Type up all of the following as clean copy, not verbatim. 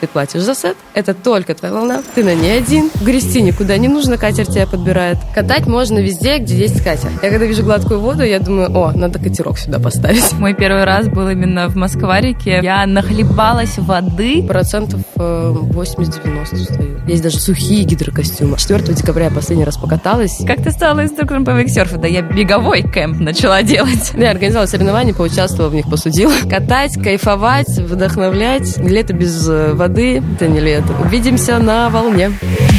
ты платишь за сет, это только твоя волна, ты на ней один, грести никуда не нужно, катер тебя подбирает. Катать можно везде, где есть катер. Я когда вижу гладкую воду, я думаю, надо катерок сюда поставить. Мой первый раз был именно в Москва-реке. Я нахлебалась воды. 80-90% стою. Есть даже сухие гидрокостюмы. 4 декабря я последний раз покаталась. Как ты стала инструктором по вейксерфу? Да я беговой кэмп начала делать. Я организовала соревнования, поучаствовала в них, посудила. Катать, кайфовать, вдохновлять. Лето без воды — это не лето. Увидимся на волне.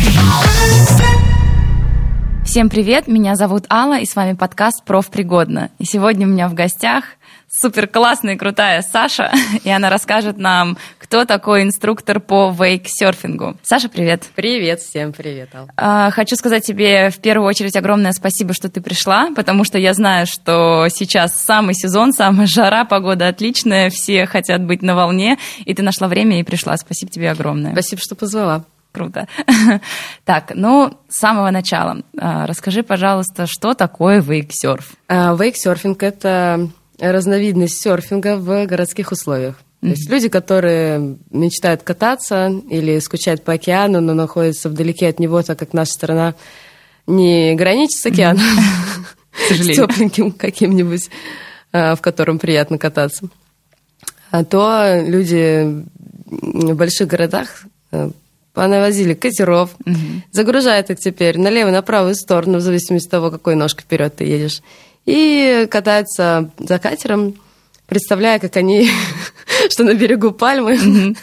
Всем привет, меня зовут Алла, и с вами подкаст «Профпригодно». И сегодня у меня в гостях супер классная и крутая Саша, и она расскажет нам, кто такой инструктор по вейксерфингу. Саша, привет. Привет, всем привет, Алла. Хочу сказать тебе в первую очередь огромное спасибо, что ты пришла, потому что я знаю, что сейчас самый сезон, самая жара, погода отличная, все хотят быть на волне, и ты нашла время и пришла. Спасибо тебе огромное. Спасибо, что позвала. Круто. Так, с самого начала. Расскажи, пожалуйста, что такое вейксерф? Вейксерфинг — это разновидность серфинга в городских условиях. То есть люди, которые мечтают кататься или скучают по океану, но находятся вдалеке от него, так как наша страна не граничит с океаном, с тепленьким каким-нибудь, в котором приятно кататься, то люди в больших городах понавозили катеров, загружают их теперь налево, на правую сторону, в зависимости от того, какой ножкой вперед ты едешь, и катаются за катером, представляя, как они, что на берегу пальмы,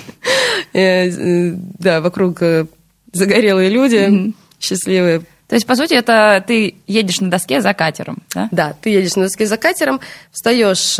да, вокруг загорелые люди, счастливые. То есть, по сути, это ты едешь на доске за катером, да? Да, ты едешь на доске за катером, встаешь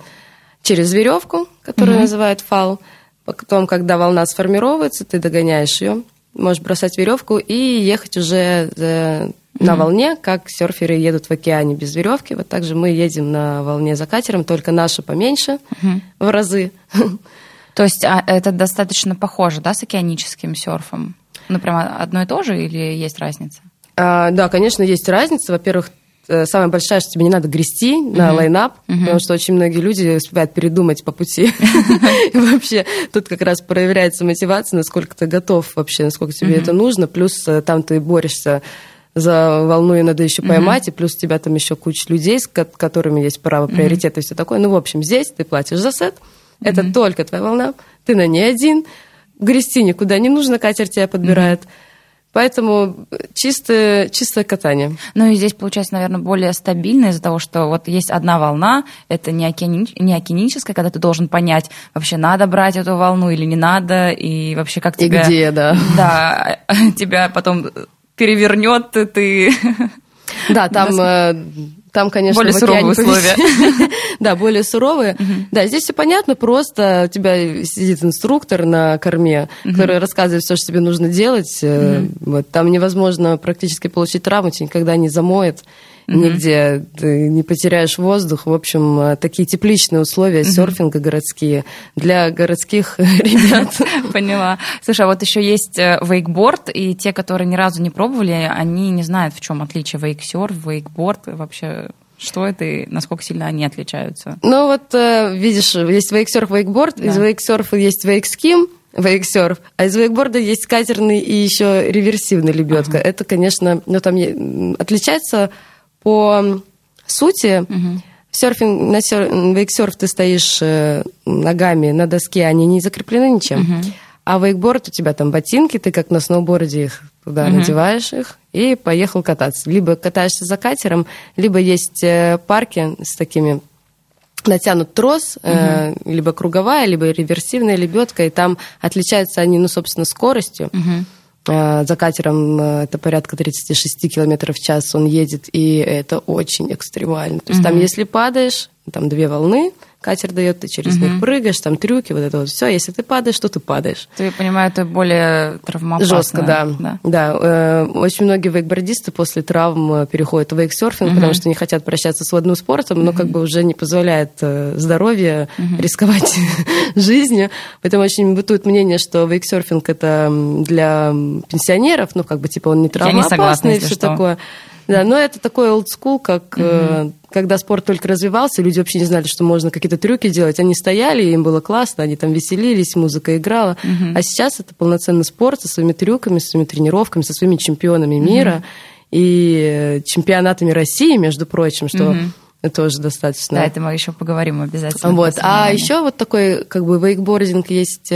через веревку, которую называют фал. Потом, когда волна сформировывается, ты догоняешь ее, можешь бросать веревку и ехать уже на волне, как серферы едут в океане без веревки. Вот так же мы едем на волне за катером, только наша поменьше в разы. То есть это достаточно похоже, да, с океаническим серфом? Прямо одно и то же или есть разница? Да, конечно, есть разница. Во-первых, самое большое, что тебе не надо грести на лайнап, потому что очень многие люди успевают передумать по пути. И вообще тут как раз проявляется мотивация, насколько ты готов вообще, насколько тебе это нужно. Плюс там ты борешься за волну, и надо еще поймать, и плюс у тебя там еще куча людей, с которыми есть право приоритета и все такое. В общем, здесь ты платишь за сет, это только твоя волна, ты на ней один, грести никуда не нужно, катер тебя подбирает. Поэтому чистое катание. И здесь получается, наверное, более стабильно из-за того, что вот есть одна волна, это не океаническая, когда ты должен понять, вообще надо брать эту волну или не надо, и вообще как тебя... И где, да. Да, тебя потом перевернет, ты... Да, там, конечно, более суровые условия. Да, более суровые. Да, здесь все понятно, просто у тебя сидит инструктор на корме, который рассказывает все, что тебе нужно делать. Вот, там невозможно практически получить травму, тебя никогда не замоет, нигде ты не потеряешь воздух. В общем, такие тепличные условия серфинга городские для городских ребят. Поняла. Слушай, а вот еще есть вейкборд, и те, которые ни разу не пробовали, они не знают, в чем отличие вейксерф, вейкборд, вообще что это и насколько сильно они отличаются? Видишь, есть вейксерф, вейкборд, из вейксерфа есть вейкским, вейксерф, а из вейкборда есть катерный и еще реверсивная лебедка. Это, конечно, там отличается по сути. Вейксерф ты стоишь ногами на доске, они не закреплены ничем. А вейкборд, у тебя там ботинки, ты как на сноуборде их туда надеваешь их и поехал кататься. Либо катаешься за катером, либо есть парки с такими натянут трос, либо круговая, либо реверсивная лебедка, и там отличаются они, собственно, скоростью. За катером это порядка 36 км в час он едет, и это очень экстремально. То есть там, если падаешь, там 2 волны, катер дает, ты через них прыгаешь, там трюки, вот это вот все. Если ты падаешь, то ты падаешь. Ты, понимаю, это более травмоопасно. Жестко, да. Очень многие вейкбордисты после травм переходят в вейксерфинг, потому что не хотят прощаться с водным спортом, но как бы уже не позволяет здоровье рисковать жизнью. Поэтому очень бытует мнение, что вейксерфинг это для пенсионеров, он не травмоопасный и все такое. Да, но это такой олдскул, как когда спорт только развивался, люди вообще не знали, что можно какие-то трюки делать. Они стояли, им было классно, они там веселились, музыка играла. А сейчас это полноценный спорт со своими трюками, со своими тренировками, со своими чемпионами мира и чемпионатами России, между прочим, что тоже достаточно. Да, это мы еще поговорим обязательно. Вот. А еще вот такой как бы вейкбординг есть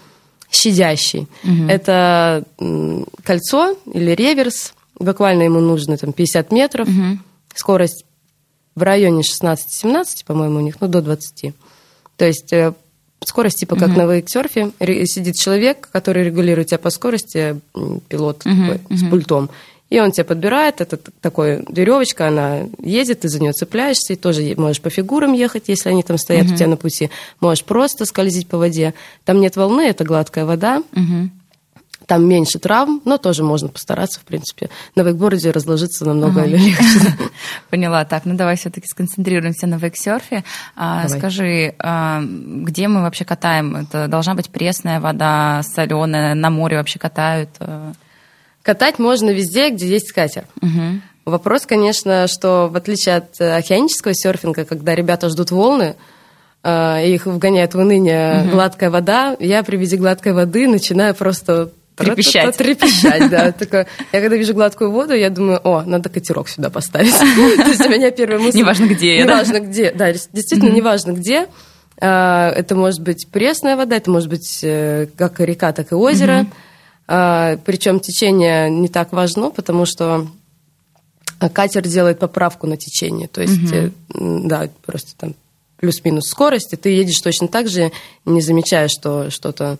щадящий. Это кольцо или реверс. Буквально ему нужно там 50 метров. Скорость в районе 16-17, по-моему, у них, до 20. То есть скорость типа как на вейксерфе. Сидит человек, который регулирует тебя по скорости, пилот такой, с пультом. И он тебя подбирает, это такая веревочка, она едет, ты за нее цепляешься, и тоже можешь по фигурам ехать, если они там стоят у тебя на пути. Можешь просто скользить по воде. Там нет волны, это гладкая вода. Там меньше травм, но тоже можно постараться, в принципе, на вейкборде разложиться намного легче. Поняла. Так, давай все-таки сконцентрируемся на вейксерфе. Скажи, где мы вообще катаем? Это должна быть пресная вода, соленая, на море вообще катают? Катать можно везде, где есть катер. Вопрос, конечно, что в отличие от океанического серфинга, когда ребята ждут волны, и их вгоняет в уныние гладкая вода, я при виде гладкой воды начинаю просто... Трепещать. Трепещать, да. Я когда вижу гладкую воду, я думаю, надо катерок сюда поставить. То есть у меня первая мысль... Неважно где. Неважно где, да, действительно неважно где. Это может быть пресная вода, это может быть как река, так и озеро. Причем течение не так важно, потому что катер делает поправку на течение. То есть, да, просто там плюс-минус скорость, и ты едешь точно так же, не замечая, что что-то...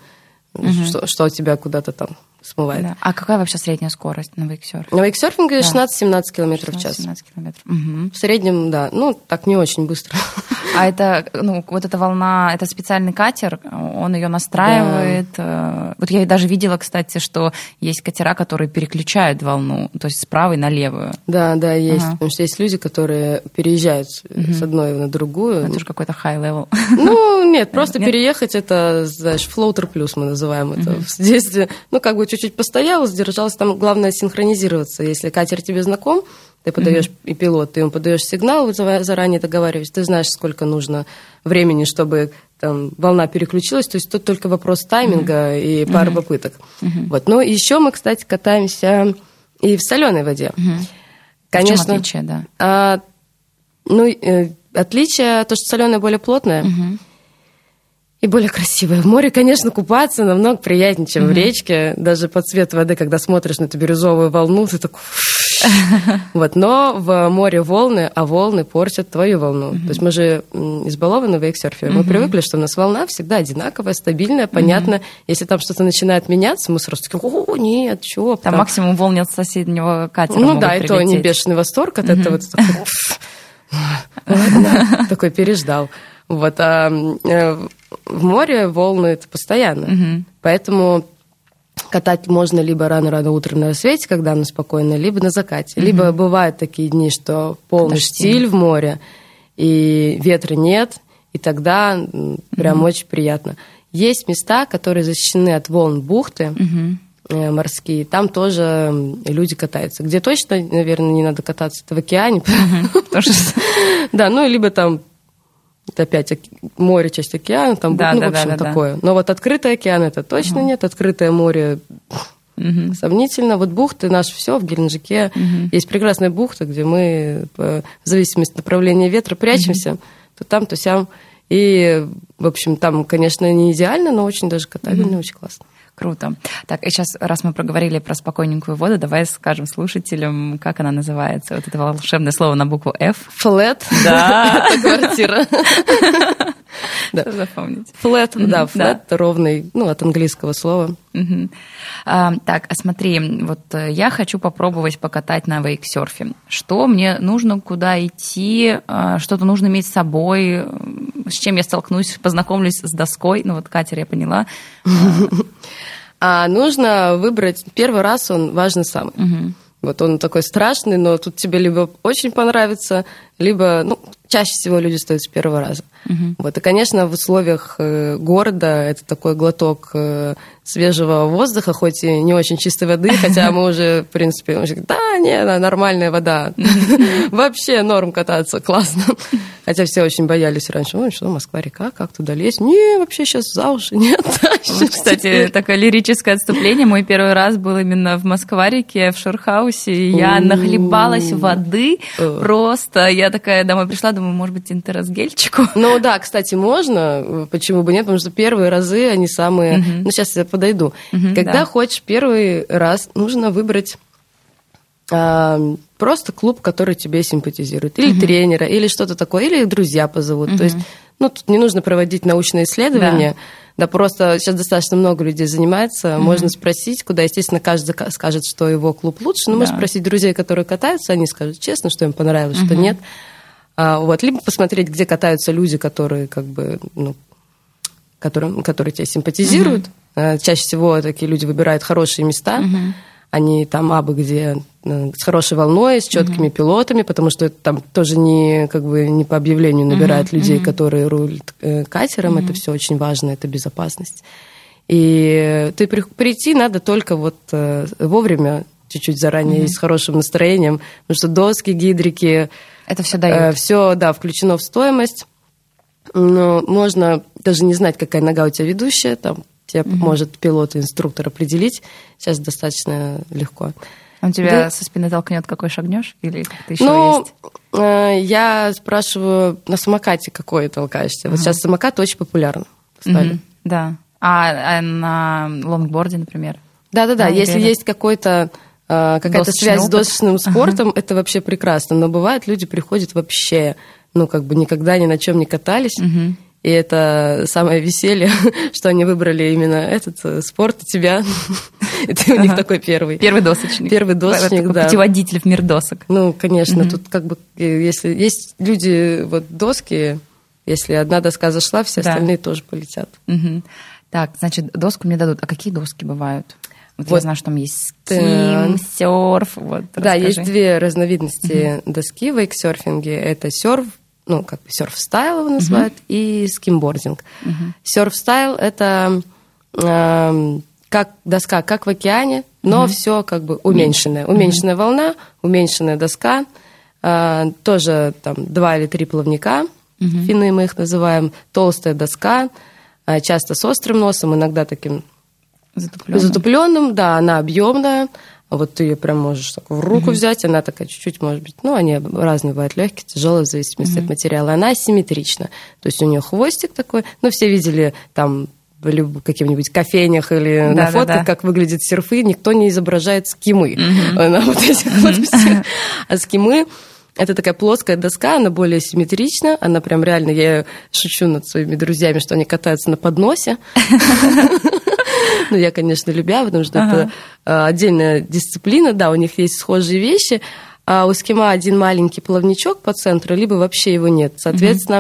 Что тебя куда-то там смывает. Да. А какая вообще средняя скорость на вейксерфинге? На вейксерфинге 16-17 км в час. 16 километров. В среднем, да. Так не очень быстро. А это, вот эта волна, это специальный катер, он ее настраивает. Да. Вот я даже видела, кстати, что есть катера, которые переключают волну, то есть с правой на левую. Да, есть. Потому что есть люди, которые переезжают с одной на другую. Это же какой-то high-level. Нет, просто переехать, это, знаешь, флоутер плюс мы называем это в детстве. Чуть-чуть постоял, сдержался. Там главное синхронизироваться. Если катер тебе знаком, ты подаешь и пилот, ты ему подаешь сигнал, заранее договариваешься, ты знаешь, сколько нужно времени, чтобы там волна переключилась. То есть тут только вопрос тайминга и пары попыток. Вот. Но еще мы, кстати, катаемся и в соленой воде. Конечно. В чем отличие, да? Отличие то, что соленая более плотная. И более красивая. В море, конечно, купаться намного приятнее, чем в речке. Даже по цвету воды, когда смотришь на эту бирюзовую волну, ты такой... Вот. Но в море волны, а волны портят твою волну. То есть мы же избалованы в вейксерфе. Мы привыкли, что у нас волна всегда одинаковая, стабильная, понятно. Если там что-то начинает меняться, мы сразу такие, нет, чё? Там максимум волны от соседнего катера да, и то не бешеный восторг от этого. Такой переждал. Вот. А в море волны это постоянно. Поэтому катать можно либо рано-рано утром на рассвете, когда оно спокойно, либо на закате. Либо бывают такие дни, что полный штиль в море, и ветра нет, и тогда прям очень приятно. Есть места, которые защищены от волн бухты морские, там тоже люди катаются. Где точно, наверное, не надо кататься, это в океане. Да, либо там это опять море, часть океана, там, в общем, такое. Но вот открытый океан это точно нет, открытое море сомнительно. Вот бухты наши, все в Геленджике. Есть прекрасная бухта, где мы, в зависимости от направления ветра, прячемся, то там, то сям. И, в общем, там, конечно, не идеально, но очень даже катабельно, очень классно. Круто. Так, и сейчас, раз мы проговорили про спокойненькую воду, давай скажем слушателям, как она называется. Вот это волшебное слово на букву F. Flat. Да. Это квартира. Запомнить. Flat, да, flat, ровный, от английского слова. Так, смотри, вот я хочу попробовать покатать на вейксерфе. Что мне нужно, куда идти, что-то нужно иметь с собой, с чем я столкнусь, познакомлюсь с доской. Вот катер я поняла. Нужно выбрать, первый раз он важный самый. Вот он такой страшный, но тут тебе либо очень понравится, либо, ну, чаще всего люди стоят с первого раза. Вот. И, конечно, в условиях города это такой глоток свежего воздуха, хоть и не очень чистой воды, хотя мы уже, в принципе, да, не, нормальная вода. Вообще норм кататься, классно. Хотя все очень боялись раньше. Ой, что, Москва-река, как туда лезть? Не, вообще сейчас за уши не оттащишь. Кстати, такое лирическое отступление. Мой первый раз был именно в Москва-реке, в Шорхаусе. И я нахлебалась воды просто. Я такая домой пришла, думаю, может быть, интеросгельчику. Ну да, кстати, можно. Почему бы нет? Потому что первые разы, они самые... Ну, сейчас я подойду. Когда хочешь первый раз, нужно выбрать... просто клуб, который тебе симпатизирует, или тренера, или что-то такое, или друзья позовут. То есть, ну, тут не нужно проводить научные исследования, да, просто сейчас достаточно много людей занимается, можно спросить, куда, естественно, каждый скажет, что его клуб лучше, но можно спросить друзей, которые катаются, они скажут честно, что им понравилось, что нет. Вот, либо посмотреть, где катаются люди, которые, как бы, ну, которые тебя симпатизируют. Чаще всего такие люди выбирают хорошие места, они там абы где с хорошей волной, с четкими пилотами, потому что это там тоже не, как бы, не по объявлению набирают людей, которые рулят катером. Это все очень важно, это безопасность. И ты прийти надо только вот вовремя, чуть-чуть заранее, с хорошим настроением, потому что доски, гидрики... Это все дают. Все, да, включено в стоимость. Но можно даже не знать, какая нога у тебя ведущая, там тебе может пилот и инструктор определить. Сейчас достаточно легко. Он тебя со спины толкнет, какой шагнешь? Или как-то еще есть? Я спрашиваю, на самокате какой толкаешься? Вот сейчас самокаты очень популярны стали. Да. А на лонгборде, например? Да-да-да. Если есть какая-то связь с досочным спортом, это вообще прекрасно. Но бывает, люди приходят вообще, ну, как бы никогда ни на чем не катались. И это самое веселье, что они выбрали именно этот спорт у тебя. Это у них такой первый. Первый досочник. Первый досочник, да. Путеводитель в мир досок. Ну, конечно, тут как бы, если есть люди, вот доски, если одна доска зашла, все остальные тоже полетят. Так, значит, доску мне дадут. А какие доски бывают? Вот я знаю, что там есть ским, серф. Вот, да, есть две разновидности доски в вейксерфинге. Это серф, ну, как бы серф-стайл его называют, и скимбординг. Серф-стайл – это как доска, как в океане, но все как бы уменьшенное. Уменьшенная волна, уменьшенная доска, тоже там 2 или 3 плавника, фины мы их называем, толстая доска, часто с острым носом, иногда таким затупленным, да, она объемная. Вот ты ее прям можешь так в руку взять, она такая чуть-чуть, может быть, ну, они разные бывают, легкие, тяжелые, в зависимости от материала. Она асимметрична, то есть у нее хвостик такой, ну, все видели там в каких-нибудь кофейнях или на фотках, как выглядят серфы, никто не изображает скимы на вот этих вот всех. А скимы – это такая плоская доска, она более симметрична, она прям реально, я шучу над своими друзьями, что они катаются на подносе. Ну, я, конечно, любя, потому что это отдельная дисциплина, да, у них есть схожие вещи, а у скима один маленький плавничок по центру, либо вообще его нет. Соответственно,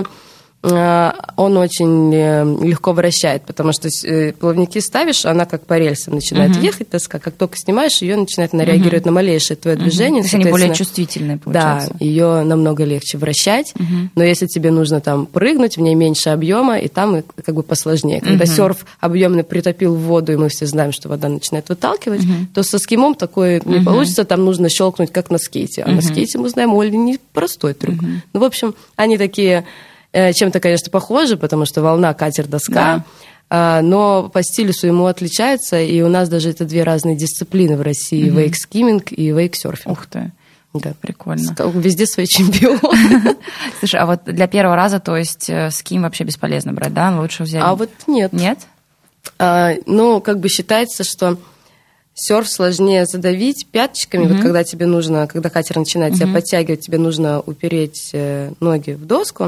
он очень легко вращает, потому что плавники ставишь, она как по рельсам начинает ехать, доска, как только снимаешь, ее начинает она реагировать на малейшее твое движение. То есть они более чувствительные, получается. Да, ее намного легче вращать, но если тебе нужно там прыгнуть, в ней меньше объема, и там как бы посложнее. Когда серф объемный притопил в воду, и мы все знаем, что вода начинает выталкивать, то со скимом такое не получится, там нужно щелкнуть, как на скейте. А на скейте мы знаем, Оля, не простой трюк. Ну, в общем, они такие... Чем-то, конечно, похожи, потому что волна, катер, доска, но по стилю своему отличаются, и у нас даже это 2 разные дисциплины в России, вейк-скимминг и вейк-серфинг. Ух ты, да. Прикольно. Везде свои чемпионы. Слушай, а вот для первого раза, то есть ским вообще бесполезно брать, да? Лучше взять... А вот нет. Нет? Ну, как бы считается, что серф сложнее задавить пяточками, вот когда тебе нужно, когда катер начинает тебя подтягивать, тебе нужно упереть ноги в доску,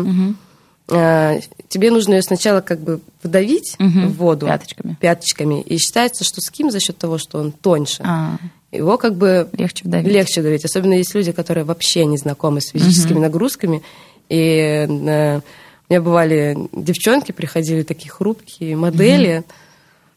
тебе нужно ее сначала как бы вдавить в воду пяточками. И считается, что ским за счет того, что он тоньше, его как бы легче вдавить. Особенно есть люди, которые вообще не знакомы с физическими нагрузками. И у меня бывали девчонки, приходили такие хрупкие модели.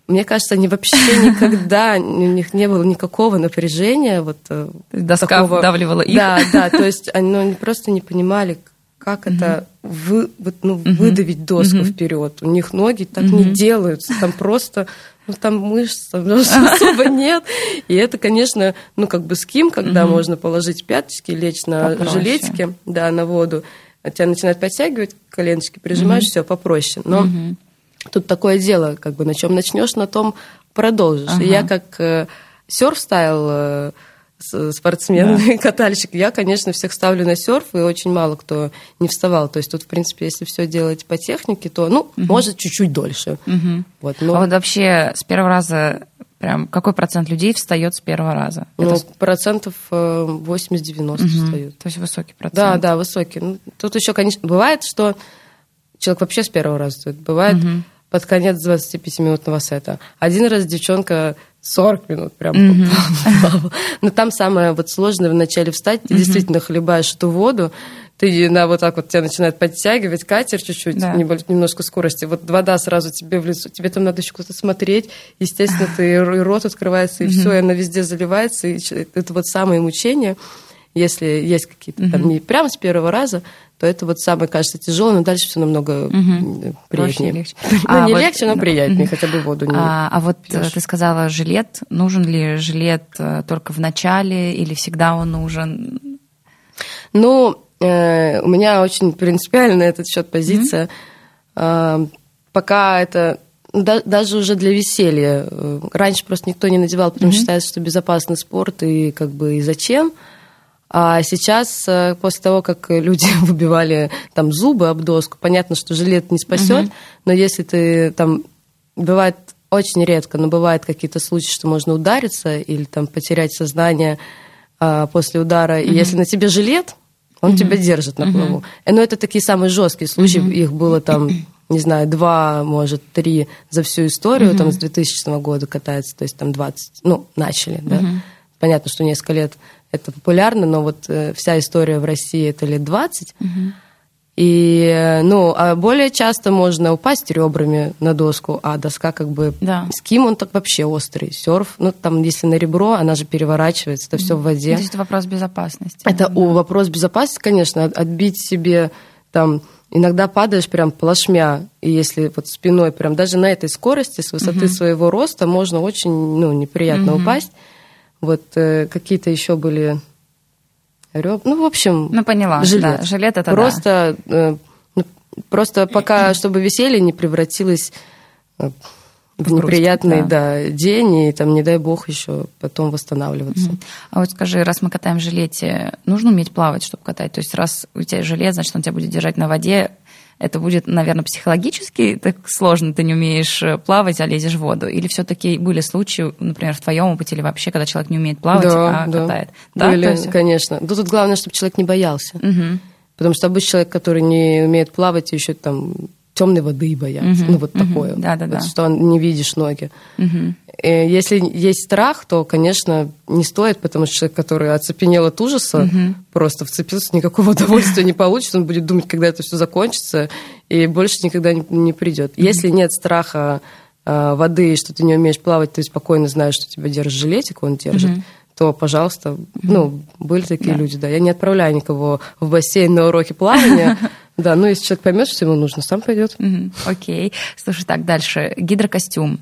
мне кажется, они вообще никогда, у них не было никакого напряжения. Вот, доска вдавливала их. Да, то есть они просто не понимали, как это выдавить доску вперед. У них ноги так не делаются, там просто... там мышц особо нет. И это, конечно, ским, когда можно положить пяточки, лечь на жилетике, на воду, тебя начинают подтягивать, коленочки прижимаешь, все попроще. Но тут такое дело, на чем начнешь, на том продолжишь. И я как серф-стайл спортсмен, катальщик, я, конечно, всех ставлю на серф, и очень мало кто не вставал. То есть тут, в принципе, если все делать по технике, то, может, чуть-чуть дольше. Вот, но... А вот вообще с первого раза прям какой процент людей встает с первого раза? Процентов 80-90 встают. То есть высокий процент. Да, высокий. Тут еще, конечно, бывает, что человек вообще с первого раза встает. Бывает под конец 25-минутного сета. Один раз девчонка 40 минут прям плавала. Но там самое сложное вначале встать, ты действительно хлебаешь эту воду, ты тебя начинает подтягивать, катер чуть-чуть, немножко скорости. Вода сразу тебе в лицо, тебе там надо еще куда-то смотреть, естественно, и рот открывается, и все, и она везде заливается, и это самое мучение. Если есть какие-то там не прямо с первого раза, то это самое, кажется, тяжелое, но дальше все намного приятнее. Легче. Не легче, но приятнее, хотя бы воду не пьёшь. Ты сказала жилет. Нужен ли жилет только в начале или всегда он нужен? У меня очень принципиальная на этот счет позиция. Пока это... Даже уже для веселья. Раньше просто никто не надевал, потому что считается, что безопасный спорт, и и зачем. А сейчас, после того, как люди выбивали зубы об доску, понятно, что жилет не спасет, но если ты бывает очень редко, но бывают какие-то случаи, что можно удариться или потерять сознание после удара, и если на тебе жилет, он тебя держит на плаву. Но это такие самые жесткие случаи, их было не знаю, 2, может, 3 за всю историю, с 2000 года катается, то есть 20, начали, да. Понятно, что несколько лет это популярно, но вся история в России это лет 20. И, а более часто можно упасть ребрами на доску, а доска ским, он так вообще острый. Серф, если на ребро, она же переворачивается, это все в воде. То есть это вопрос безопасности. Это вопрос безопасности, конечно, отбить себе иногда падаешь прям плашмя, и если спиной прям даже на этой скорости, с высоты своего роста, можно очень неприятно упасть. Какие-то еще были ребра. В общем, поняла. Жилет. Да, жилет это просто пока, чтобы веселье не превратилось в неприятный день, и не дай бог еще потом восстанавливаться. А вот скажи, раз мы катаем в жилете, нужно уметь плавать, чтобы катать? То есть раз у тебя жилет, значит, он тебя будет держать на воде. Это будет, наверное, психологически так сложно, ты не умеешь плавать, а лезешь в воду? Или все-таки были случаи, например, в твоем опыте или вообще, когда человек не умеет плавать, катает? Были, конечно. Тут главное, чтобы человек не боялся. Потому что обычный человек, который не умеет плавать, еще темной воды боятся. Такое. Что не видишь ноги. Если есть страх, то, конечно, не стоит, потому что человек, который оцепенел от ужаса, просто вцепился, никакого удовольствия не получит, он будет думать, когда это все закончится, и больше никогда не придет. Если нет страха воды, что ты не умеешь плавать, ты спокойно знаешь, что тебя держит жилетик, он держит, то, пожалуйста, были такие люди, да. Я не отправляю никого в бассейн на уроки плавания, да, если человек поймет, что ему нужно, сам пойдет. Окей. Слушай, так, дальше. Гидрокостюм.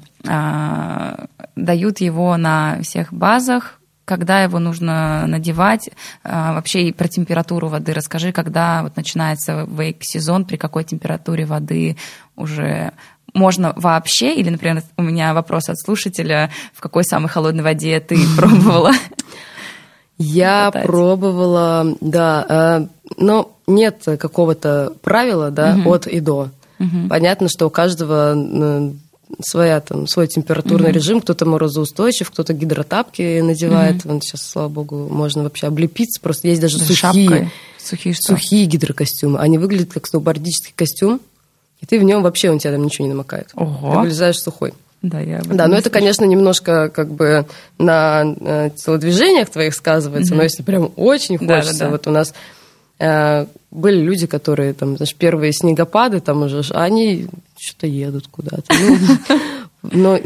Дают его на всех базах. Когда его нужно надевать? Вообще и про температуру воды расскажи, когда начинается вейк-сезон, при какой температуре воды уже можно вообще? Или, например, у меня вопрос от слушателя, в какой самой холодной воде ты пробовала? Я пробовала, да, но нет какого-то правила, да, от и до. Понятно, что у каждого свой температурный режим, кто-то морозоустойчив, кто-то гидротапки надевает. Сейчас, слава богу, можно вообще облепиться, просто есть даже сухие гидрокостюмы. Они выглядят как сноубордический костюм, и ты в нем вообще, у тебя там ничего не намокает. Ого. Ты вылезаешь сухой. Да, но это, конечно, немножко на телодвижениях твоих сказывается, но если прям очень хочется, у нас были люди, которые первые снегопады, уже они что-то едут куда-то. Но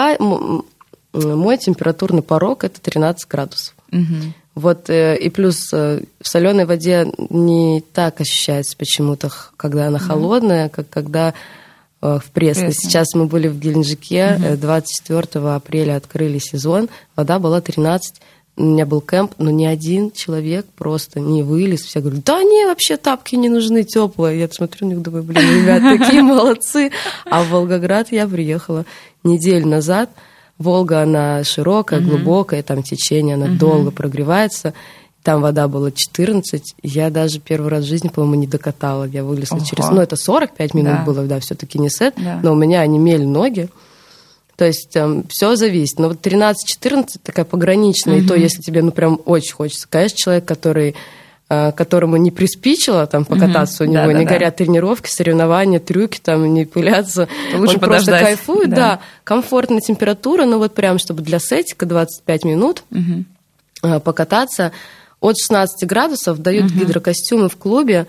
мой температурный порог – это 13 градусов. Вот, и плюс в соленой воде не так ощущается почему-то, когда она холодная, как когда в Пресне. Сейчас мы были в Геленджике, 24 апреля открыли сезон, вода была 13. У меня был кемп, но ни один человек просто не вылез. Все говорят, да не, вообще тапки не нужны, теплые. Я смотрю на них, думаю, ребят, такие молодцы. А в Волгоград я приехала неделю назад. Волга, она широкая, глубокая, там течение, она долго прогревается. Там вода была 14. Я даже первый раз в жизни, по-моему, не докатала. Я вылезла через... Ну, это 45 минут было, да, все-таки не сет. Но у меня онемели ноги. То есть все зависит. Но вот 13-14 такая пограничная. И то, если тебе, ну, прям очень хочется. Конечно, человек, которому не приспичило там покататься, у него не горят тренировки, соревнования, трюки, там не пыляться. Лучше он подождать. Просто кайфует, да. Комфортная температура, но вот прям, чтобы для сетика 25 минут покататься. От 16 градусов дают гидрокостюмы в клубе.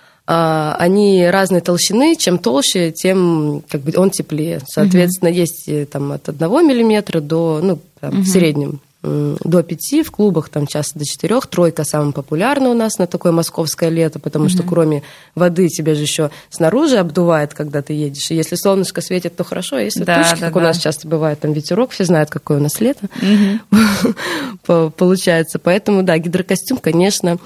Они разной толщины. Чем толще, тем как бы он теплее. Соответственно, есть там от 1 миллиметра до, ну, там, в среднем до 5, в клубах там часто до 4. 3 самая популярная у нас на такое московское лето, потому что кроме воды тебя же еще снаружи обдувает, когда ты едешь. И если солнышко светит, то хорошо, а если тучки, как у нас часто бывает, там ветерок, все знают, какое у нас лето получается. Поэтому, да, гидрокостюм, конечно,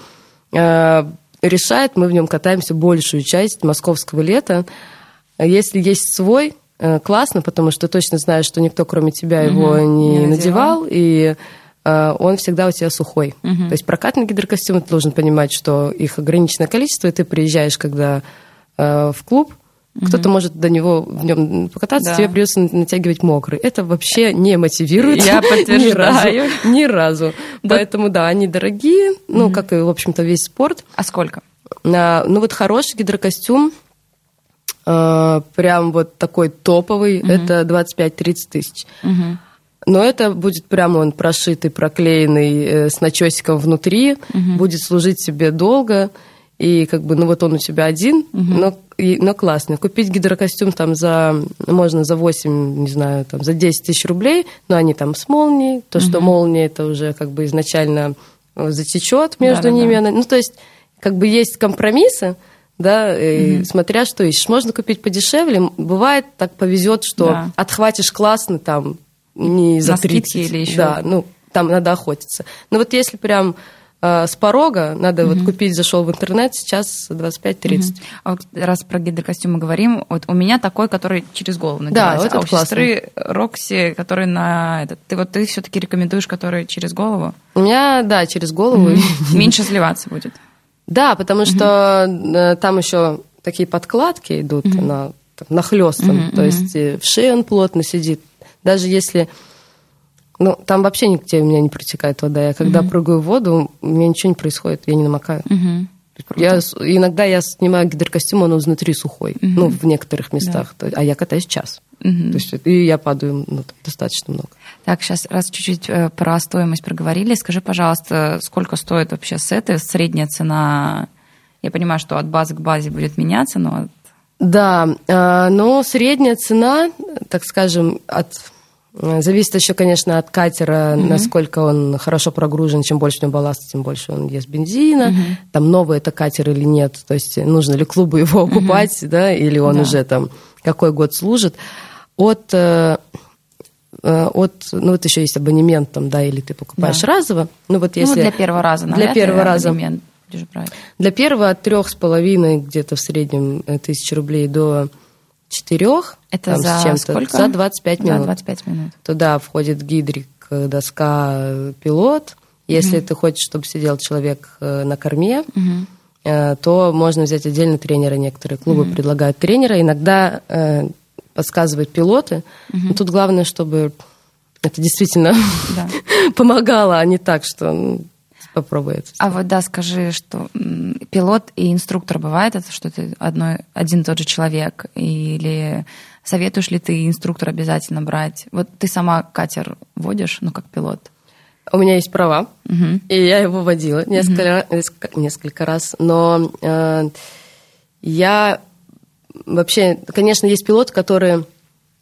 решает, мы в нем катаемся большую часть московского лета. Если есть свой, классно, потому что точно знаешь, что никто, кроме тебя, его не надевал, и он всегда у тебя сухой. То есть прокатный гидрокостюм, ты должен понимать, что их ограниченное количество, и ты приезжаешь, когда в клуб, кто-то может в нем покататься, тебе придется натягивать мокрый. Это вообще не мотивирует. Я подтверждаю. Ни разу. Поэтому, да, они дорогие, ну, как и, в общем-то, весь спорт. А сколько? Ну, вот хороший гидрокостюм, прям вот такой топовый, это 25-30 тысяч. Но это будет прямо он прошитый, проклеенный, с начесиком внутри, будет служить себе долго. И как бы, ну вот он у тебя один, но классный. Купить гидрокостюм там можно за 8, не знаю, там за 10 тысяч рублей, но они там с молнией. То, что молния, это уже как бы изначально затечет между ними. Ну, то есть, как бы есть компромиссы, да, и смотря что ищешь. Можно купить подешевле. Бывает, так повезет, что отхватишь классно там не за 30. Или еще. Да, ну, там надо охотиться. Но вот если прям с порога, надо вот купить, зашел в интернет, сейчас 25-30. А вот раз про гидрокостюмы говорим, вот у меня такой, который через голову надевается, да, вот а у сестры Рокси, который на этот. Ты все-таки рекомендуешь, который через голову? У меня, да, через голову. Меньше сливаться будет. Да, потому что там еще такие подкладки идут нахлёстом, то есть в шее он плотно сидит. Даже если... Ну, там вообще нигде у меня не протекает вода. Я когда прыгаю в воду, у меня ничего не происходит, я не намокаю. Иногда я снимаю гидрокостюм, он изнутри сухой, ну, в некоторых местах. А я катаюсь час. То есть, и я падаю достаточно много. Так, сейчас раз чуть-чуть про стоимость проговорили. Скажи, пожалуйста, сколько стоят вообще сеты? Средняя цена, я понимаю, что от базы к базе будет меняться, но... Да, но средняя цена, так скажем, зависит еще, конечно, от катера, насколько он хорошо прогружен. Чем больше у него балласта, тем больше он ест бензина. Там новый это катер или нет. То есть нужно ли клубу его окупать, да, или он уже там какой год служит. Ну, вот еще есть абонемент, там, да, или ты покупаешь разово. Ну, вот если... для первого раза, для первого раза. Абонемент будешь брать. Для первого от 3,5 где-то в среднем 1000 рублей до 4. Это за чем-то. сколько? За 25 минут. За 25 минут. Туда входит гидрик, доска, пилот. Если ты хочешь, чтобы сидел человек на корме, то можно взять отдельно тренера. Некоторые клубы предлагают тренера. Иногда подсказывают пилоты. Но тут главное, чтобы это действительно помогало, а не так, что... Попробуй это. А вот да, скажи, что пилот и инструктор бывает, это что ты один и тот же человек? Или советуешь ли ты инструктора обязательно брать? Вот ты сама катер водишь, ну, как пилот? У меня есть права, и я его водила несколько раз. Но я вообще, конечно, есть пилоты, которые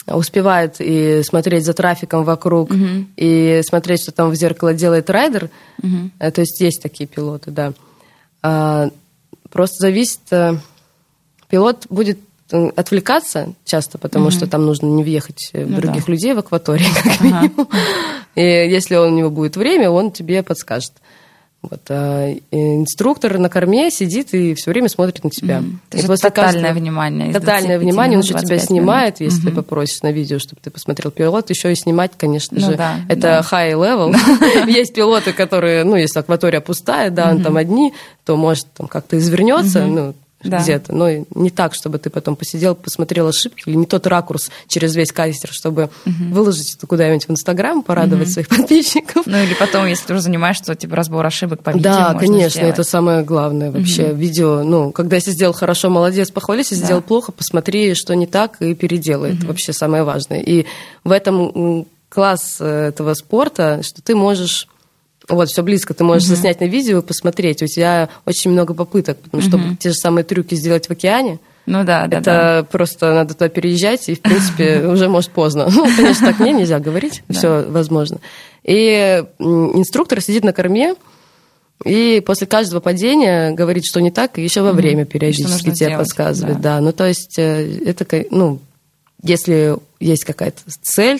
успевает и смотреть за трафиком вокруг, и смотреть, что там в зеркало делает райдер. То есть есть такие пилоты, да. Просто зависит... Пилот будет отвлекаться часто, потому что там нужно не въехать в других людей в акватории, как минимум. И если у него будет время, он тебе подскажет. Вот. Инструктор на корме сидит и все время смотрит на тебя. То есть тотальное внимание. Тотальное внимание, он еще тебя снимает, если ты попросишь на видео, чтобы ты посмотрел пилот. Еще и снимать, конечно же, это high level. Есть пилоты, которые, если акватория пустая, он там одни, то может там как-то извернется, где-то, но не так, чтобы ты потом посидел, посмотрел ошибки, или не тот ракурс через весь кастер, чтобы выложить это куда-нибудь в Инстаграм, порадовать своих подписчиков. Или потом, если ты уже занимаешься, то разбор ошибок по видео. Да, конечно, это самое главное вообще. Видео, когда если сделал хорошо, молодец, похвались, если сделал плохо, посмотри, что не так, и переделай. Это вообще самое важное. И в этом класс этого спорта, что ты можешь... Вот, все близко, ты можешь заснять на видео и посмотреть. У тебя очень много попыток, потому что чтобы те же самые трюки сделать в океане, это просто надо туда переезжать, и, в принципе, уже, может, поздно. Конечно, так нельзя говорить, все возможно. И инструктор сидит на корме, и после каждого падения говорит, что не так, и еще во время периодически тебе подсказывает. Да. То есть, это, если есть какая-то цель,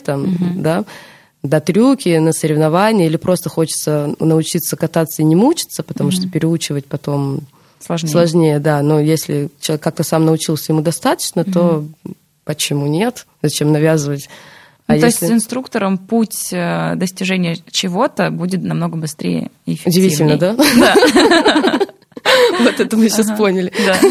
трюки на соревнования, или просто хочется научиться кататься и не мучиться, потому что переучивать потом сложнее, да. Но если человек как-то сам научился, ему достаточно, то почему нет? Зачем навязывать? То есть с инструктором путь достижения чего-то будет намного быстрее и эффективнее. Удивительно, да? Да. Вот это мы сейчас поняли.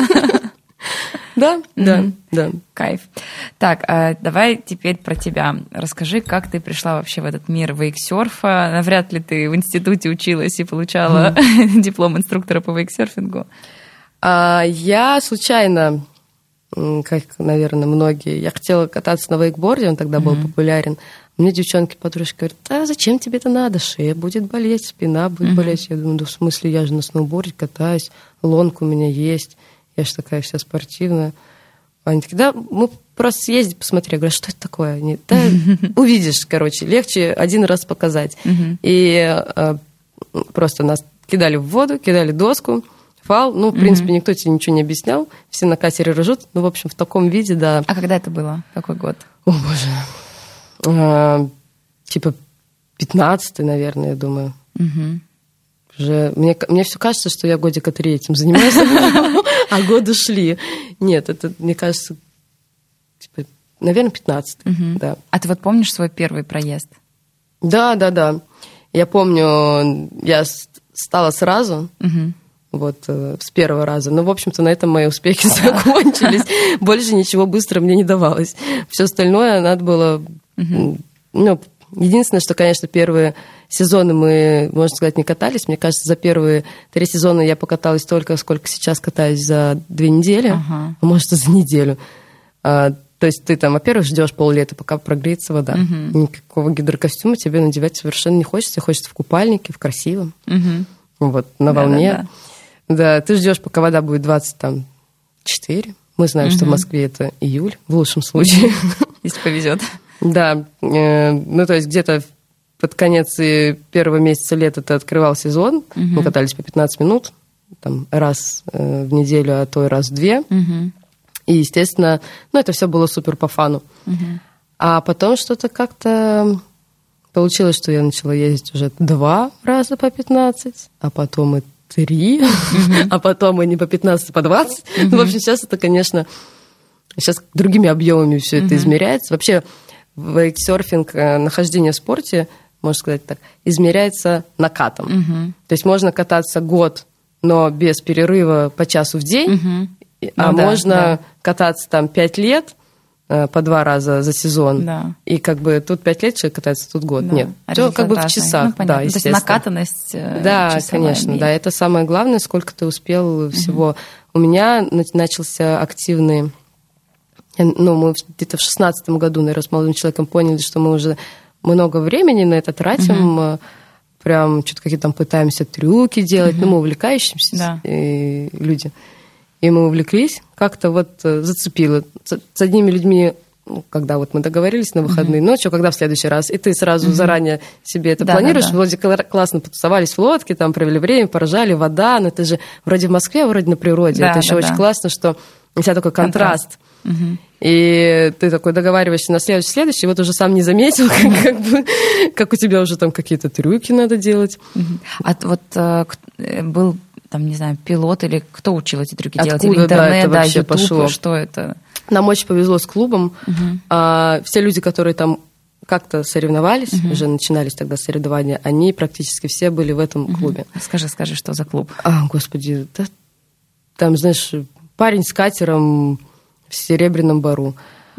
Да. Да. Кайф. Так, давай теперь про тебя. Расскажи, как ты пришла вообще в этот мир вейксерфа. Навряд ли ты в институте училась и получала диплом инструктора по вейксерфингу. Я случайно, как, наверное, многие, я хотела кататься на вейкборде, он тогда был популярен. Мне девчонки-подружки говорят, зачем тебе это надо? Шея будет болеть, спина будет болеть. Я думаю, в смысле, я же на сноуборде катаюсь, лонг у меня есть. Я же такая вся спортивная. Они такие, мы просто съезди, посмотри. Я говорю, что это такое? Они, увидишь, легче один раз показать. И просто нас кидали в воду, кидали доску, фал. В принципе, никто тебе ничего не объяснял. Все на катере ржут. В общем, в таком виде, да. А когда это было? Какой год? О, боже. 15-й, наверное, я думаю. Уже, мне все кажется, что я годика 3 этим занимаюсь, а годы шли. Нет, это, мне кажется, наверное, 15-й. Да. А ты помнишь свой первый проезд? Да. Я помню, я стала сразу, с первого раза. В общем-то, на этом мои успехи закончились. Больше ничего быстро мне не давалось. Все остальное надо было... Единственное, что, конечно, первые сезоны мы, можно сказать, не катались. Мне кажется, за первые 3 сезона я покаталась столько, сколько сейчас катаюсь за 2 недели, а может, и за неделю. То есть ты во-первых, ждешь поллета, пока прогреется вода. Никакого гидрокостюма тебе надевать совершенно не хочется. Хочется в купальнике, в красивом, на волне. Да, ты ждешь, пока вода будет 24. Мы знаем, что в Москве это июль, в лучшем случае. Если повезет. Да, то есть где-то под конец первого месяца лета ты открывал сезон, мы катались по 15 минут, раз в неделю, а то и раз в 2. И, естественно, это все было супер по фану. А потом что-то как-то получилось, что я начала ездить уже 2 раза по 15, а потом и 3, а потом и не по 15, а по 20. В общем, сейчас это, конечно, другими объемами все это измеряется. Вообще, вейксерфинг, нахождение в спорте, можно сказать так, измеряется накатом. То есть можно кататься год, но без перерыва по часу в день, можно кататься 5 лет по 2 раза за сезон. И тут 5 лет человек катается, тут год. Нет, все в часах. Да, естественно. То есть накатанность да, конечно, да, это самое главное, сколько ты успел всего. У меня начался активный... мы где-то в 2016 году, наверное, с молодым человеком поняли, что мы уже много времени на это тратим, прям что-то какие-то пытаемся трюки делать, мы увлекающиеся люди. И мы увлеклись, как-то зацепило. С одними людьми когда вот мы договорились на выходные, ну что, когда в следующий раз? И ты сразу заранее себе это планируешь. Вроде классно потусовались в лодке, там провели время, поржали, вода, но это же вроде в Москве, а вроде на природе. Это еще очень классно, что у тебя такой контраст. И ты такой договариваешься на следующий, вот уже сам не заметил, как у тебя уже там какие-то трюки надо делать. А вот был, там, не знаю, пилот или кто учил эти трюки делать? Откуда, или интернет, это вообще YouTube, пошло? Что это? Нам очень повезло с клубом. Все люди, которые там как-то соревновались, уже начинались тогда соревнования, они практически все были в этом клубе. Скажи, что за клуб? Господи, там, знаешь, парень с катером в Серебряном Бару.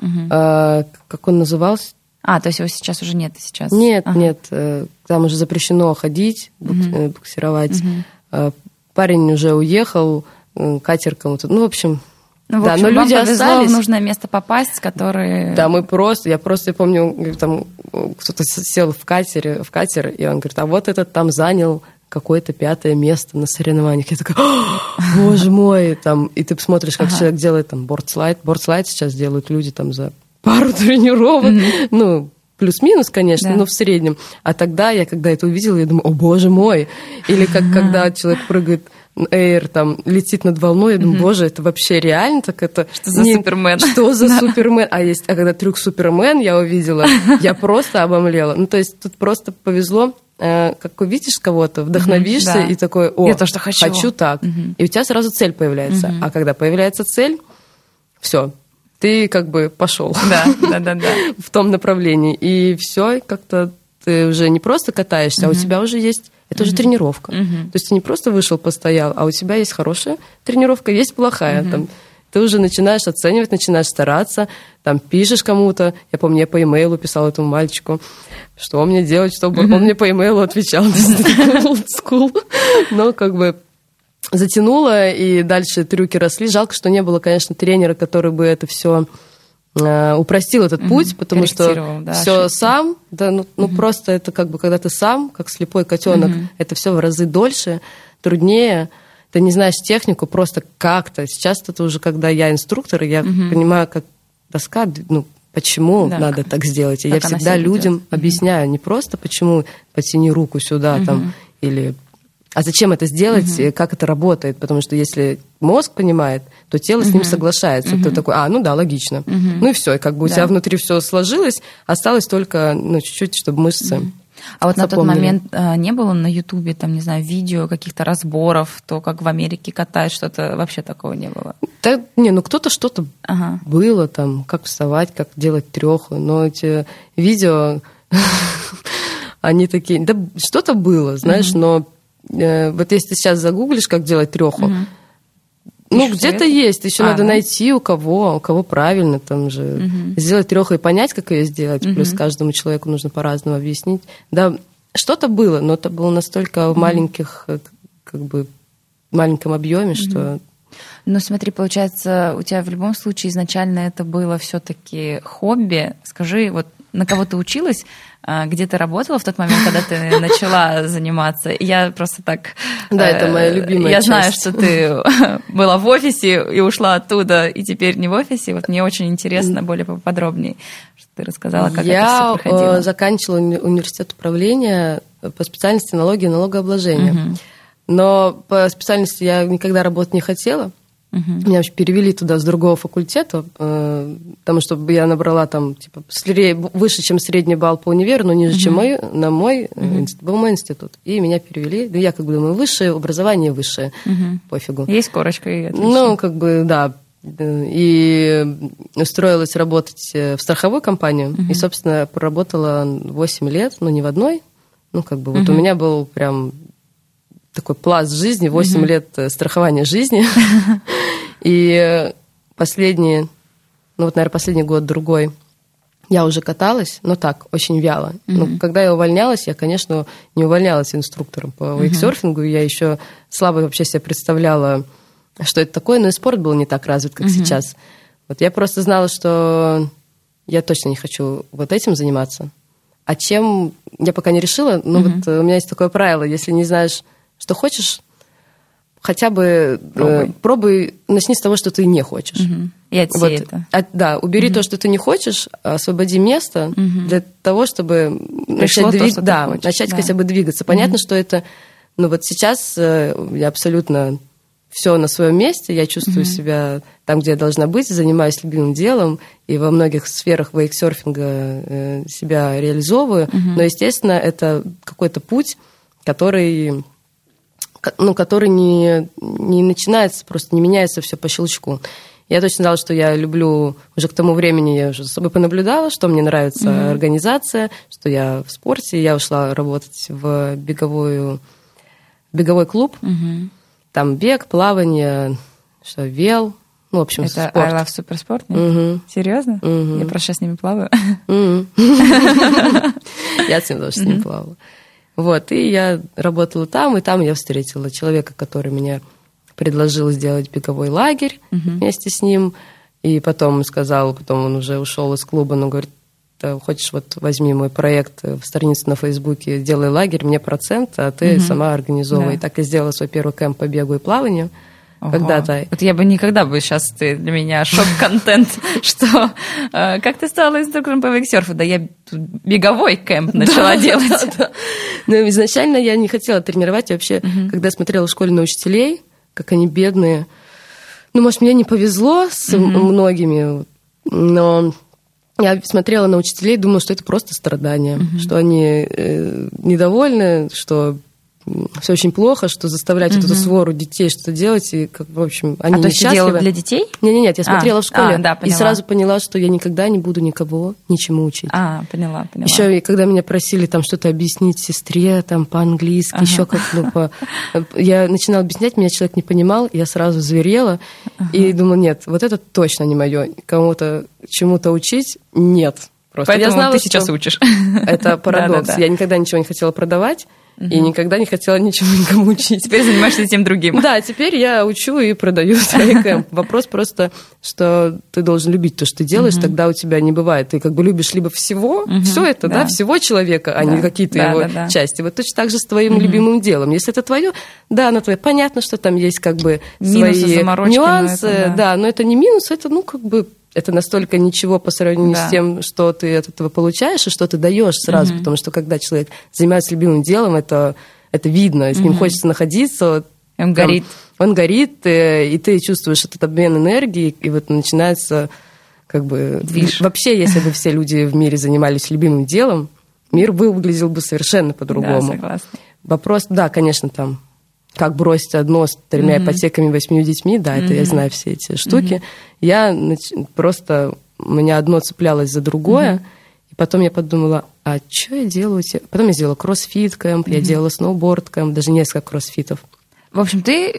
Как он назывался? То есть его сейчас уже нет? Сейчас? Нет, там уже запрещено ходить, буксировать. Парень уже уехал, катер кому-то. Ну, в общем... Ну, в общем, но люди остались. В нужное место попасть, которые... Да, я помню, там кто-то сел в катер, и он говорит, а вот этот там занял какое-то 5-е место на соревнованиях. Я такая, боже мой, там, и ты посмотришь, как человек делает там бордслайд. Бордслайд сейчас делают люди там за пару тренировок, ну, плюс-минус, конечно, но в среднем. А тогда когда это увидела, я думаю, о, боже мой. Или когда человек прыгает, эйр там летит над волной, я думаю, боже, это вообще реально? Так это... Что за Супермен? Что за Супермен? А когда трюк Супермен я увидела, я просто обомлела. Ну, то есть тут просто повезло, как увидишь кого-то, вдохновишься и такой, я тоже хочу так. И у тебя сразу цель появляется. А когда появляется цель, все, ты как бы пошел в том направлении. И все, как-то ты уже не просто катаешься, а у тебя уже есть... Это уже тренировка. То есть ты не просто вышел, постоял, а у тебя есть хорошая тренировка, есть плохая. Там, ты уже начинаешь оценивать, начинаешь стараться, там, пишешь кому-то. Я помню, я по имейлу писала этому мальчику, что мне делать, чтобы он мне по имейлу отвечал. Old school. Но как бы затянуло, и дальше трюки росли. Жалко, что не было, конечно, тренера, который бы это все упростил этот путь, потому что все сам, просто это как бы, когда ты сам, как слепой котенок, это все в разы дольше, труднее, ты не знаешь технику, просто как-то. Сейчас это уже, когда я инструктор, я понимаю, как доска, почему надо так сделать. И я всегда людям объясняю, не просто почему потяни руку сюда, там, или... А зачем это сделать, как это работает? Потому что если мозг понимает, то тело с ним соглашается. Ты такой, логично. Ну и все, и как бы у тебя внутри все сложилось, осталось только чуть-чуть, чтобы мышцы А вот на тот момент не было на Ютубе, там, не знаю, видео, каких-то разборов, то, как в Америке катают, что-то вообще такого не было? Да, кто-то что-то было, там, как вставать, как делать трёху, но эти видео, они такие, да, что-то было, знаешь, но вот если ты сейчас загуглишь, как делать трёху, где-то есть, еще надо найти у кого правильно там же сделать трёху и понять, как ее сделать, плюс каждому человеку нужно по-разному объяснить. Да, что-то было, но это было настолько в маленьком объеме, что... Ну, смотри, получается, у тебя в любом случае изначально это было все-таки хобби. Скажи, вот на кого ты училась, где ты работала в тот момент, когда ты начала заниматься? Я просто так... Да, это моя любимая часть. Я знаю, что ты была в офисе и ушла оттуда, и теперь не в офисе. Вот мне очень интересно более поподробнее, что ты рассказала, как это все проходило. Я заканчивала университет управления по специальности налоги и налогообложения. Но по специальности я никогда работать не хотела. Меня вообще перевели туда с другого факультета, потому что я набрала там типа выше, чем средний балл по универу, но ниже, чем мой институт. И меня перевели. Я как бы думаю, высшее образование, высшее. Пофигу. Есть корочка, и отлично. Ну, как бы, да. И устроилась работать в страховую компанию. И, собственно, проработала 8 лет, но не в одной. Ну, как бы, вот у меня был прям... такой пласт жизни, 8 лет страхования жизни. И последний год-другой я уже каталась, но так, очень вяло. Но когда я увольнялась, я, конечно, не увольнялась инструктором по вейксерфингу, я еще слабо вообще себе представляла, что это такое, но и спорт был не так развит, как сейчас. Вот я просто знала, что я точно не хочу вот этим заниматься. А чем, я пока не решила, но вот у меня есть такое правило, если не знаешь, что хочешь, хотя бы пробуй, начни с того, что ты не хочешь. И отсей это. Да, убери то, что ты не хочешь, освободи место для того, чтобы начать хотя бы двигаться. Понятно, что это... Ну вот сейчас я абсолютно все на своем месте, я чувствую себя там, где я должна быть, занимаюсь любимым делом, и во многих сферах вейксерфинга себя реализовываю. Но, естественно, это какой-то путь, который не начинается, просто не меняется все по щелчку. Я точно знала, что я люблю, уже к тому времени я уже за собой понаблюдала, что мне нравится организация, что я в спорте. Я ушла работать в беговой клуб. Там бег, плавание, вел, в общем, это спорт. I Love Суперспорт? Серьезно? Я просто сейчас с ними плаваю. Я с ним тоже с ними плавала. Вот, и я работала там, и там я встретила человека, который мне предложил сделать беговой лагерь вместе с ним, и потом он уже ушел из клуба, но говорит, хочешь, возьми мой проект в странице на Фейсбуке, делай лагерь, мне процент, а ты сама организовывай. И так я сделала свой первый кэмп по бегу и плаванию. Когда-то. Вот я бы никогда сейчас ты для меня шок-контент, что как ты стала инструктором по вейксерфу? Да я беговой кэмп начала делать. Но изначально я не хотела тренировать. Вообще, когда смотрела в школе на учителей, как они бедные, может, мне не повезло с многими, но я смотрела на учителей и думала, что это просто страдания, что они недовольны, что все очень плохо, что заставлять эту свору детей что-то делать, и, в общем, они то есть ты делала для детей? Нет, я смотрела в школе и сразу поняла, что я никогда не буду никого ничему учить. Поняла. Еще, когда меня просили там что-то объяснить сестре, там по-английски, еще как-то, я начинала объяснять, меня человек не понимал, я сразу зверела, и думала, нет, вот это точно не мое, кому-то чему-то учить, нет. Просто. Поэтому я знала, ты сейчас учишь. Это парадокс. Я никогда ничего не хотела продавать, и никогда не хотела ничего никому учить. Теперь занимаешься тем другим. Да, теперь я учу и продаю свои кэмпы. Вопрос просто, что ты должен любить то, что ты делаешь, тогда у тебя не бывает. Ты любишь либо всего, все это, всего человека, а не какие-то его части. Вот точно так же с твоим любимым делом. Если это твое, да, оно твое. Понятно, что там есть свои нюансы, но это не минус, это это настолько ничего по сравнению с тем, что ты от этого получаешь и что ты даешь сразу, потому что когда человек занимается любимым делом, это видно, с ним хочется находиться. Он горит. Он горит, и ты чувствуешь этот обмен энергией, и вот начинается движ. Вообще, если бы все люди в мире занимались любимым делом, мир выглядел бы совершенно по-другому. Да, согласна. Вопрос, да, конечно, там, как бросить одно с 3 ипотеками, 8 детьми, да, это я знаю все эти штуки. Я просто, у меня одно цеплялось за другое, и потом я подумала, а что я делаю? Потом я сделала кроссфит-кэмп, я делала сноуборд-кэмп, даже несколько кроссфитов. В общем, ты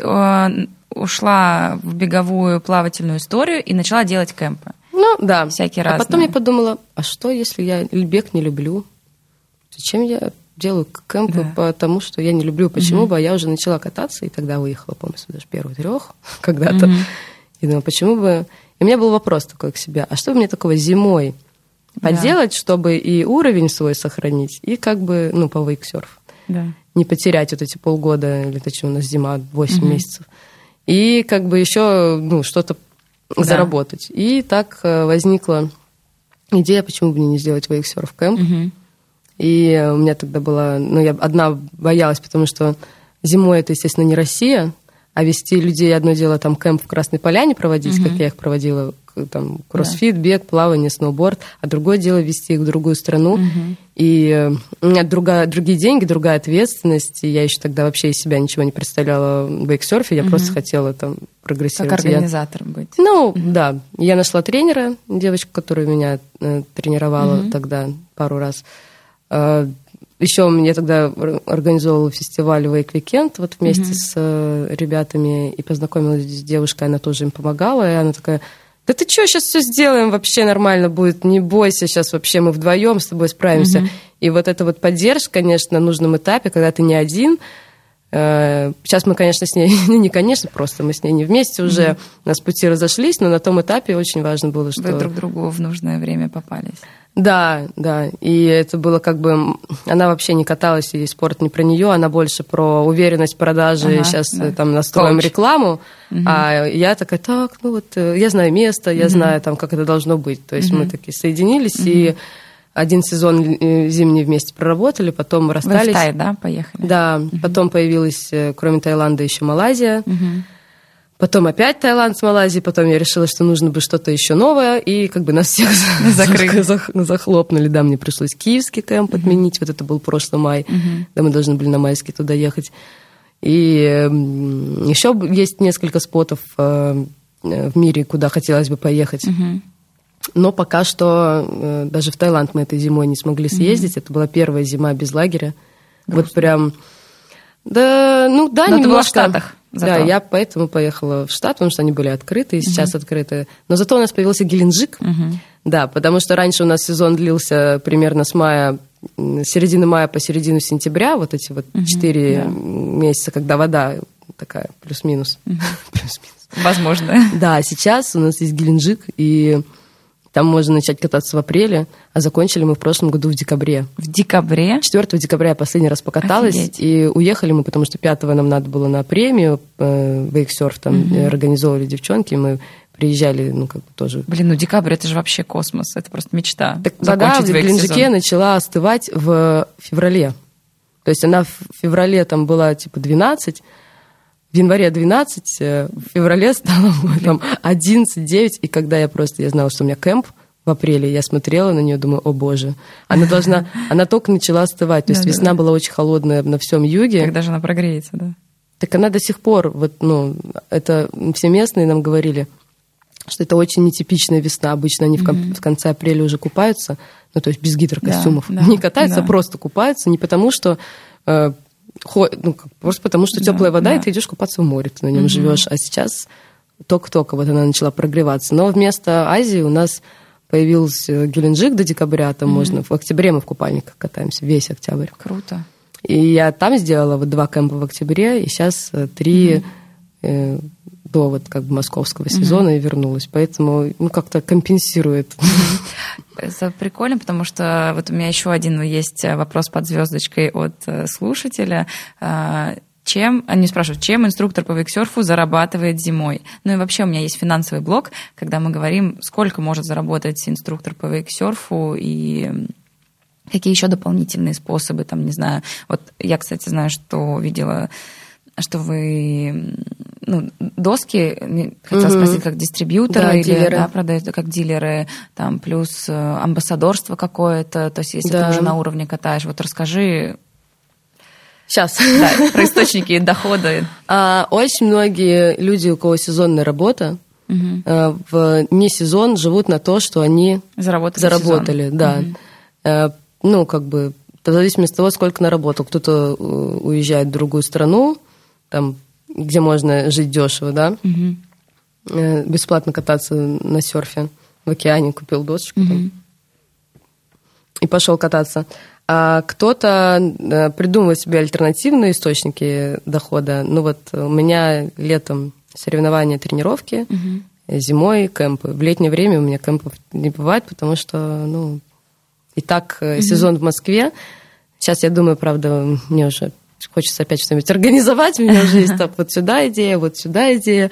ушла в беговую плавательную историю и начала делать кэмпы. Да. Всякие разные. А потом я подумала, а что, если я бег не люблю? Зачем я делаю кэмпы потому, что я не люблю? Почему бы? Я уже начала кататься, и тогда выехала, помню, даже первых 3 когда-то. И думала, почему бы... И у меня был вопрос такой к себе, а что бы мне такого зимой поделать, чтобы и уровень свой сохранить, и по вейксерф. Не потерять вот эти полгода, или это что у нас зима, 8 месяцев. И еще что-то заработать. И так возникла идея, почему бы мне не сделать вейксерф-кэмп. И у меня тогда была... я одна боялась, потому что зимой это, естественно, не Россия, а вести людей одно дело там кэмп в Красной Поляне проводить, как я их проводила, там кроссфит, бег, плавание, сноуборд, а другое дело вести их в другую страну. И у меня другие деньги, другая ответственность, и я еще тогда вообще из себя ничего не представляла в вейксерфе, я просто хотела там прогрессировать. Как организатор быть. Да. Я нашла тренера, девочку, которая меня тренировала тогда пару раз. Еще я тогда организовывала фестиваль Wake Weekend вместе с ребятами и познакомилась с девушкой, она тоже им помогала, и она такая, да ты что, сейчас все сделаем, вообще нормально будет, не бойся, сейчас вообще мы вдвоем с тобой справимся. И вот эта вот поддержка, конечно, на нужном этапе, когда ты не один, Сейчас мы, конечно, с ней, не конечно, просто мы с ней не вместе уже, у нас пути разошлись, но на том этапе очень важно было, что... Вы друг другу в нужное время попались. Да, и это было как бы... Она вообще не каталась, и спорт не про нее, она больше про уверенность продажи, сейчас там настроим рекламу, а я такая, я знаю место, я знаю там, как это должно быть. То есть мы такие соединились, и один сезон зимний вместе проработали, потом расстались. Вы в Тай, да, поехали? Да, потом появилась, кроме Таиланда, еще Малайзия. Потом опять Таиланд с Малайзией, потом я решила, что нужно бы что-то еще новое, и как бы нас всех захлопнули. Да, мне пришлось киевский кэмп отменить, вот это был прошлый май, да, мы должны были на майский туда ехать. И еще есть несколько спотов в мире, куда хотелось бы поехать. Но пока что даже в Таиланд мы этой зимой не смогли съездить. Это была первая зима без лагеря. Грустно. Вот прям... Да, но немножко. Ты была в Штатах. Зато. Да, я поэтому поехала в Штат, потому что они были открыты, и сейчас открыты. Но зато у нас появился Геленджик. Да, потому что раньше у нас сезон длился примерно с середины мая по середину сентября, вот эти вот 4 месяца, когда вода такая плюс-минус. Плюс-минус. Возможно. Да, сейчас у нас есть Геленджик, и там можно начать кататься в апреле, а закончили мы в прошлом году в декабре. В декабре? 4 декабря я последний раз покаталась. Офигеть. И уехали мы, потому что 5 нам надо было на премию вейксерф, там организовывали девчонки, мы приезжали, тоже... Блин, декабрь, это же вообще космос, это просто мечта. Так вода в Геленджике начала остывать в феврале. То есть она в феврале там была 12, в январе 12, в феврале стало там 11-9, и когда я знала, что у меня кэмп в апреле, я смотрела на нее, думаю, о боже, она только начала остывать, то есть весна была очень холодная на всем юге. Когда же она прогреется, да? Так она до сих пор, это все местные нам говорили, что это очень нетипичная весна, обычно они в конце апреля уже купаются, то есть без гидрокостюмов, не катаются, а просто купаются, не потому что... просто потому, что теплая вода, и ты идешь купаться в море, ты на нем живешь. А сейчас только-только вот она начала прогреваться. Но вместо Азии у нас появился Геленджик до декабря, там можно... В октябре мы в купальниках катаемся, весь октябрь. Круто. И я там сделала 2 кэмпа в октябре, и сейчас 3 до московского сезона и вернулась. Поэтому как-то компенсирует. Это прикольно, потому что вот у меня еще один есть вопрос под звездочкой от слушателя. Они спрашивают, чем инструктор по вейксерфу зарабатывает зимой? И вообще у меня есть финансовый блог, когда мы говорим, сколько может заработать инструктор по вейксерфу и какие еще дополнительные способы, не знаю. Вот я, кстати, знаю, что видела, что вы доски, хотела спросить, как дистрибьюторы или продаете как дилеры, там плюс амбассадорство какое-то, то есть если ты уже на уровне катаешь, вот расскажи. Сейчас. Да, про источники дохода. Очень многие люди, у кого сезонная работа, в не сезон живут на то, что они заработали. Да. В зависимости от того, сколько наработал. Кто-то уезжает в другую страну, там, где можно жить дешево, да, бесплатно кататься на серфе в океане, купил досочку там, и пошел кататься. А кто-то придумывает себе альтернативные источники дохода. У меня летом соревнования, тренировки, зимой кемпы. В летнее время у меня кемпов не бывает, потому что, и так сезон в Москве. Сейчас я думаю, правда, мне уже хочется опять что-нибудь организовать. У меня уже есть вот сюда идея, вот сюда идея.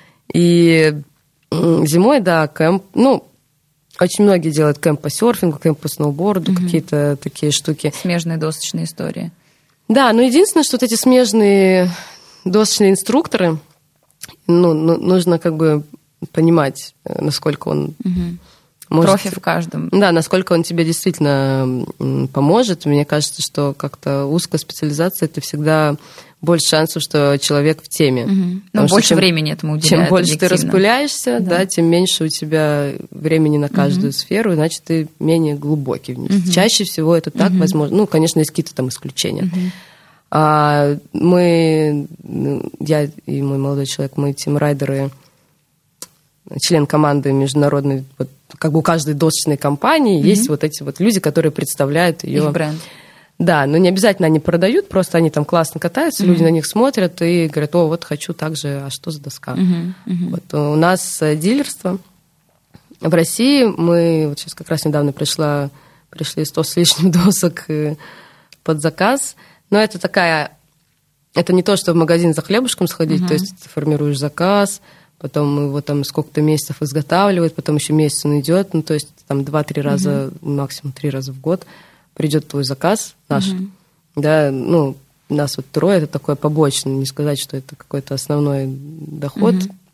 И зимой, да, кемп. Очень многие делают кемп по серфингу, кемп по сноуборду, какие-то такие штуки. Смежные досочные истории. Да, единственное, что вот эти смежные досочные инструкторы, нужно понимать, насколько он... может, профи в каждом. Да, насколько он тебе действительно поможет. Мне кажется, что как-то узкая специализация – это всегда больше шансов, что человек в теме. Больше времени этому уделяет. Чем больше ты распыляешься, да, тем меньше у тебя времени на каждую сферу, значит, ты менее глубокий в них. Чаще всего это так, возможно. Конечно, есть какие-то там исключения. Я и мой молодой человек, мы тимрайдеры, член команды международной, у каждой досочной компании есть вот эти вот люди, которые представляют ее. Их бренд. Да, но не обязательно они продают, просто они там классно катаются, люди на них смотрят и говорят, о, вот хочу так же, а что за доска? Вот у нас дилерство в России, мы вот сейчас как раз недавно пришли 100 с лишним досок под заказ, но это не то, что в магазин за хлебушком сходить, то есть ты формируешь заказ, потом его там сколько-то месяцев изготавливают, потом еще месяц он идет, ну, то есть там 2-3 раза, максимум 3 раза в год придет твой заказ наш. Да, ну, нас вот 3, это такое побочное, не сказать, что это какой-то основной доход.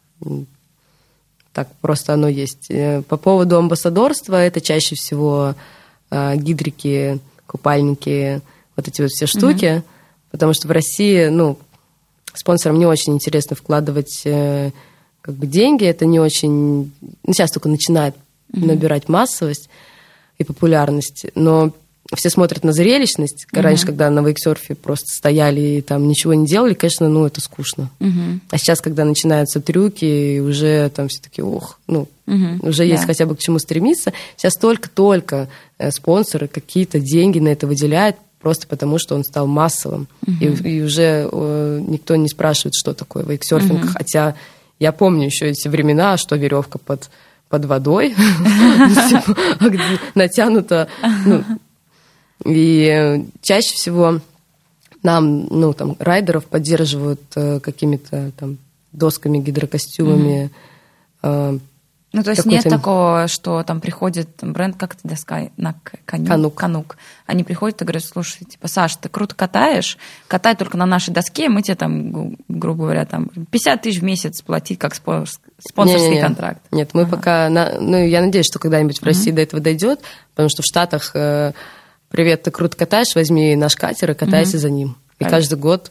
Так просто оно есть. По поводу амбассадорства, это чаще всего гидрики, купальники, вот эти вот все штуки, потому что в России, ну, спонсорам не очень интересно вкладывать как бы деньги, это не очень... Ну, сейчас только начинает набирать массовость и популярность, но все смотрят на зрелищность. Раньше, когда на вейксерфе просто стояли и там ничего не делали, конечно, ну, это скучно. А сейчас, когда начинаются трюки, уже там все такие, уже есть хотя бы к чему стремиться. Сейчас только спонсоры какие-то деньги на это выделяют, просто потому что он стал массовым. И уже никто не спрашивает, что такое вейксерфинг. Хотя я помню еще эти времена, что веревка под водой натянута. И чаще всего нам, ну, там, райдеров поддерживают какими-то там досками, гидрокостюмами. Ну, то есть нет такого, что там приходит бренд, как это доска? Канук. Они приходят и говорят, слушай, типа, Саш, ты круто катай только на нашей доске, мы тебе там, грубо говоря, там 50 тысяч в месяц платить как спонсорский контракт. Нет, мы пока... Ну, я надеюсь, что когда-нибудь в России до этого дойдет, потому что в Штатах привет, ты круто катаешь, возьми наш катер и катайся за ним. И каждый год...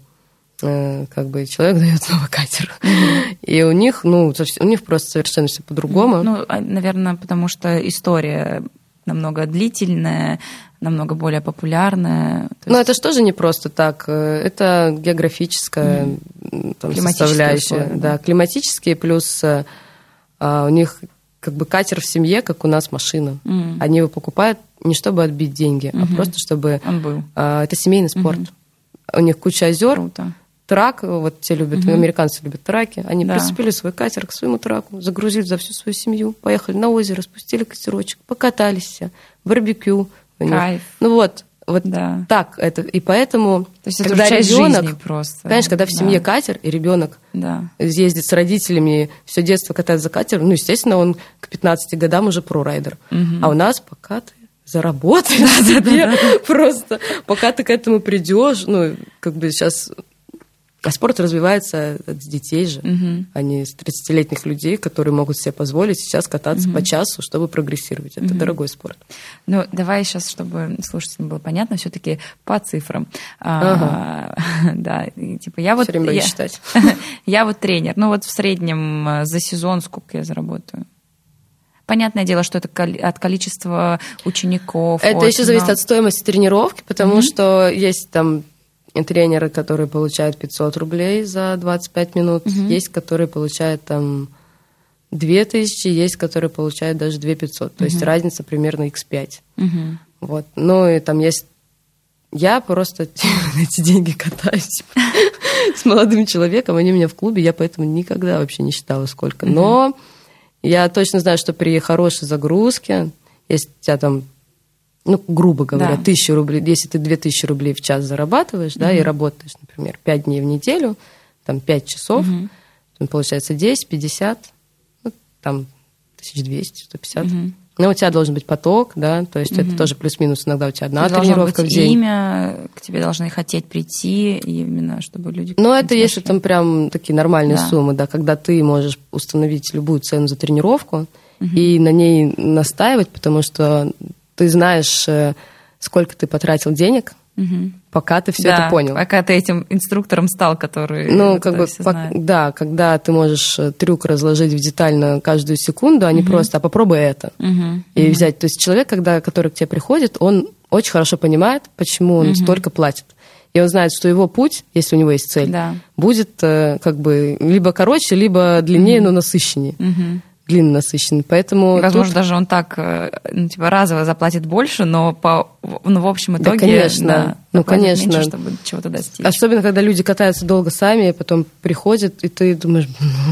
как бы человек дает новый катер. И у них просто совершенно все по-другому. Ну, наверное, потому что история намного длительная, намного более популярная. Но это же тоже не просто так. Это географическая составляющая. Да, климатические, плюс у них как бы катер в семье, как у нас машина. Они его покупают не чтобы отбить деньги, а просто чтобы... Он был. Это семейный спорт. У них куча озер. Круто. Трак, вот те любят, американцы любят траки, они прицепили свой катер к своему траку, загрузили за всю свою семью, поехали на озеро, спустили катерочек, покатались, барбекю. Кайф. Ну вот так это. И поэтому, то есть когда ребенок, просто. Конечно, когда в семье катер, и ребенок ездит с родителями, все детство катает за катер, ну, естественно, он к 15 годам уже прорайдер. А у нас пока ты заработаешь себе просто, пока ты к этому придешь, ну, как бы сейчас... А спорт развивается от детей же, а не с 30-летних людей, которые могут себе позволить сейчас кататься по часу, чтобы прогрессировать. Это дорогой спорт. Ну, давай сейчас, чтобы слушателям было понятно, все-таки по цифрам. Да, типа я вот... Все время боюсь считать. Я вот тренер. Ну, вот в среднем за сезон сколько я заработаю? Понятное дело, что это от количества учеников. Это еще зависит от стоимости тренировки, потому что есть там тренеры, которые получают 500 рублей за 25 минут, есть, которые получают там 2000, есть, которые получают даже 2500. То есть разница примерно x5. Вот. Ну и там есть... Я просто эти деньги катаюсь с молодым человеком, они у меня в клубе, я поэтому никогда вообще не считала, сколько. Но я точно знаю, что при хорошей загрузке, если у тебя там, ну, грубо говоря, 1000 рублей, если ты 2000 рублей в час зарабатываешь, да, и работаешь, например, 5 дней в неделю, там 5 часов, там, получается 10, 50, ну, там 1200, 150. Но у тебя должен быть поток, да, то есть это тоже плюс-минус, иногда у тебя одна тренировка в день. Имя, к тебе должны хотеть прийти, именно чтобы люди... Но это если там прям такие нормальные суммы, да, когда ты можешь установить любую цену за тренировку и на ней настаивать, потому что ты знаешь, сколько ты потратил денег, пока ты все это понял. Пока ты этим инструктором стал, который... Ну, как бы, да, когда ты можешь трюк разложить в детально каждую секунду, а не просто, а попробуй это. И взять. То есть человек, который к тебе приходит, он очень хорошо понимает, почему он столько платит. И он знает, что его путь, если у него есть цель, будет как бы либо короче, либо длиннее, но насыщеннее. длинно насыщенный. Поэтому возможно, даже он так, разово заплатит больше, но в общем итоге... Да, конечно. Меньше, чтобы чего-то достичь. Особенно, когда люди катаются долго сами, и потом приходят, и ты думаешь...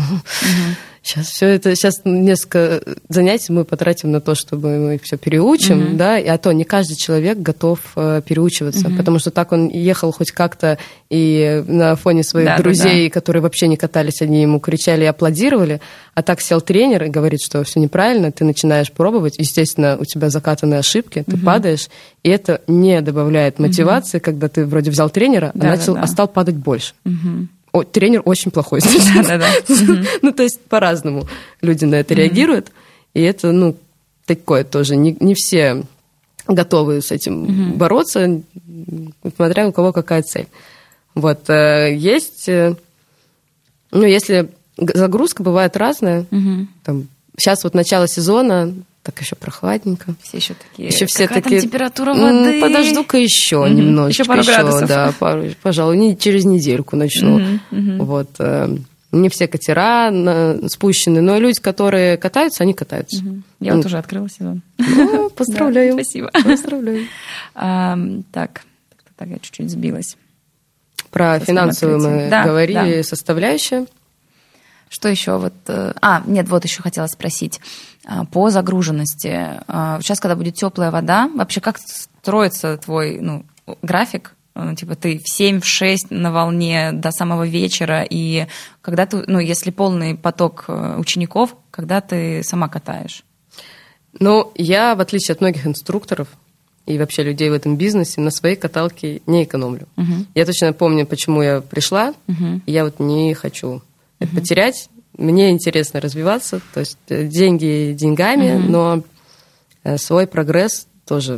Сейчас несколько занятий мы потратим на то, чтобы мы все переучим, да, а то не каждый человек готов переучиваться, потому что так он ехал хоть как-то и на фоне своих друзей, которые вообще не катались, они ему кричали и аплодировали, а так сел тренер и говорит, что все неправильно, ты начинаешь пробовать, естественно, у тебя закатанные ошибки, ты падаешь, и это не добавляет мотивации, когда ты вроде взял тренера, а стал падать больше. Тренер очень плохой. Ну, то есть по-разному люди на это реагируют. И это, такое тоже. Не все готовы с этим бороться, смотря у кого какая цель. Вот. Есть... если загрузка бывает разная, сейчас вот начало сезона... Так еще прохладненько. Все еще такие. Еще все какая такие. Там температура воды? Подожду-ка еще немножечко. Еще пару градусов. Да, пожалуй, через недельку начну. Вот. Не все катера спущены, но люди, которые катаются, они катаются. Я вот уже открыла сезон. Поздравляю. Спасибо. Поздравляю. Так, я чуть-чуть сбилась. Про финансовую мы говорили, составляющие. Что еще? Вот еще хотела спросить. По загруженности. Сейчас, когда будет теплая вода, вообще как строится твой график? Ты в 7, в 6 на волне до самого вечера, и когда ты, если полный поток учеников, когда ты сама катаешь? Я, в отличие от многих инструкторов и вообще людей в этом бизнесе, на своей каталке не экономлю. Я точно помню, почему я пришла, и я вот не хочу это потерять. Мне интересно развиваться, то есть деньги деньгами, но свой прогресс тоже,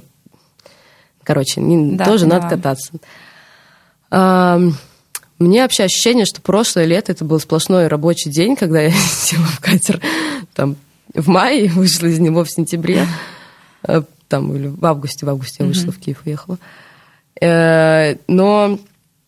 надо кататься. Мне вообще ощущение, что прошлое лето это был сплошной рабочий день, когда я села в катер в мае, вышла из него в сентябре, или в августе я вышла в Киев, уехала. Но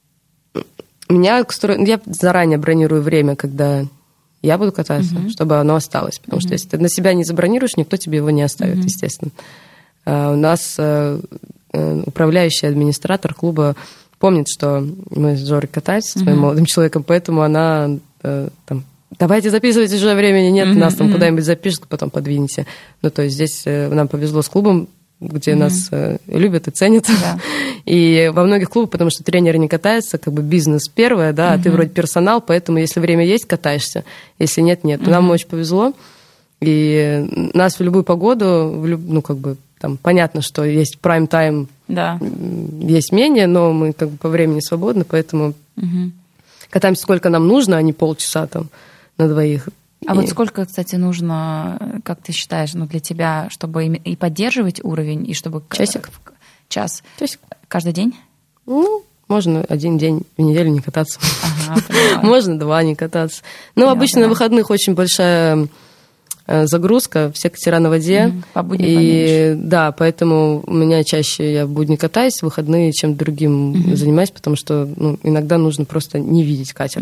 я заранее бронирую время, когда я буду кататься, чтобы оно осталось. Потому что если ты на себя не забронируешь, никто тебе его не оставит, естественно. У нас управляющий администратор клуба помнит, что мы с Жорой катаемся, с моим молодым человеком, поэтому она давайте записывайте уже, времени нет, нас там куда-нибудь запишут, потом подвинете. То есть здесь нам повезло с клубом, где нас любят и ценят. Да. И во многих клубах, потому что тренеры не катаются, бизнес первое, да, а ты вроде персонал, поэтому если время есть, катаешься, если нет, нет. Нам очень повезло, и нас в любую погоду, понятно, что есть прайм-тайм, есть менее, но мы по времени свободны, поэтому катаемся сколько нам нужно, а не полчаса на двоих. А вот сколько, кстати, нужно, как ты считаешь, для тебя, чтобы и поддерживать уровень, и чтобы... Часик. Час. Часик. Каждый день? Можно один день в неделю не кататься. Ага, можно 2 не кататься. Обычно на выходных очень большая загрузка, все катера на воде. По будням поменьше. Да, поэтому у меня чаще я в будни катаюсь, в выходные чем другим занимаюсь, потому что иногда нужно просто не видеть катер.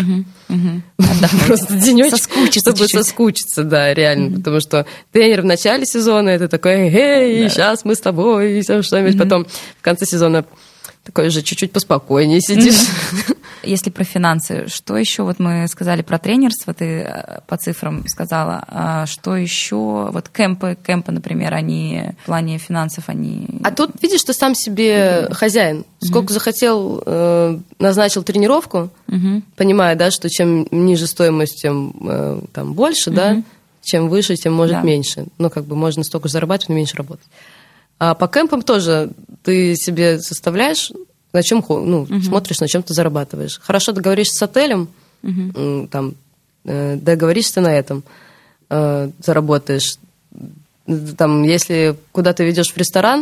Просто денечек, чтобы соскучиться, да, реально. Потому что тренер в начале сезона, это такой, сейчас мы с тобой, что-нибудь. Потом в конце сезона такой же чуть-чуть поспокойнее сидишь. Если про финансы, что еще? Вот мы сказали про тренерство, ты по цифрам сказала. А что еще? Вот кемпы, например, они в плане финансов, они... А тут видишь, ты сам себе хозяин. Сколько захотел, назначил тренировку, понимая, да, что чем ниже стоимость, тем больше, да, чем выше, тем может меньше. Можно столько же зарабатывать, но меньше работать. А по кемпам тоже ты себе составляешь, на чем смотришь, на чем ты зарабатываешь. Хорошо договоришься с отелем, договоришься на этом, заработаешь. Если куда ты ведешь в ресторан,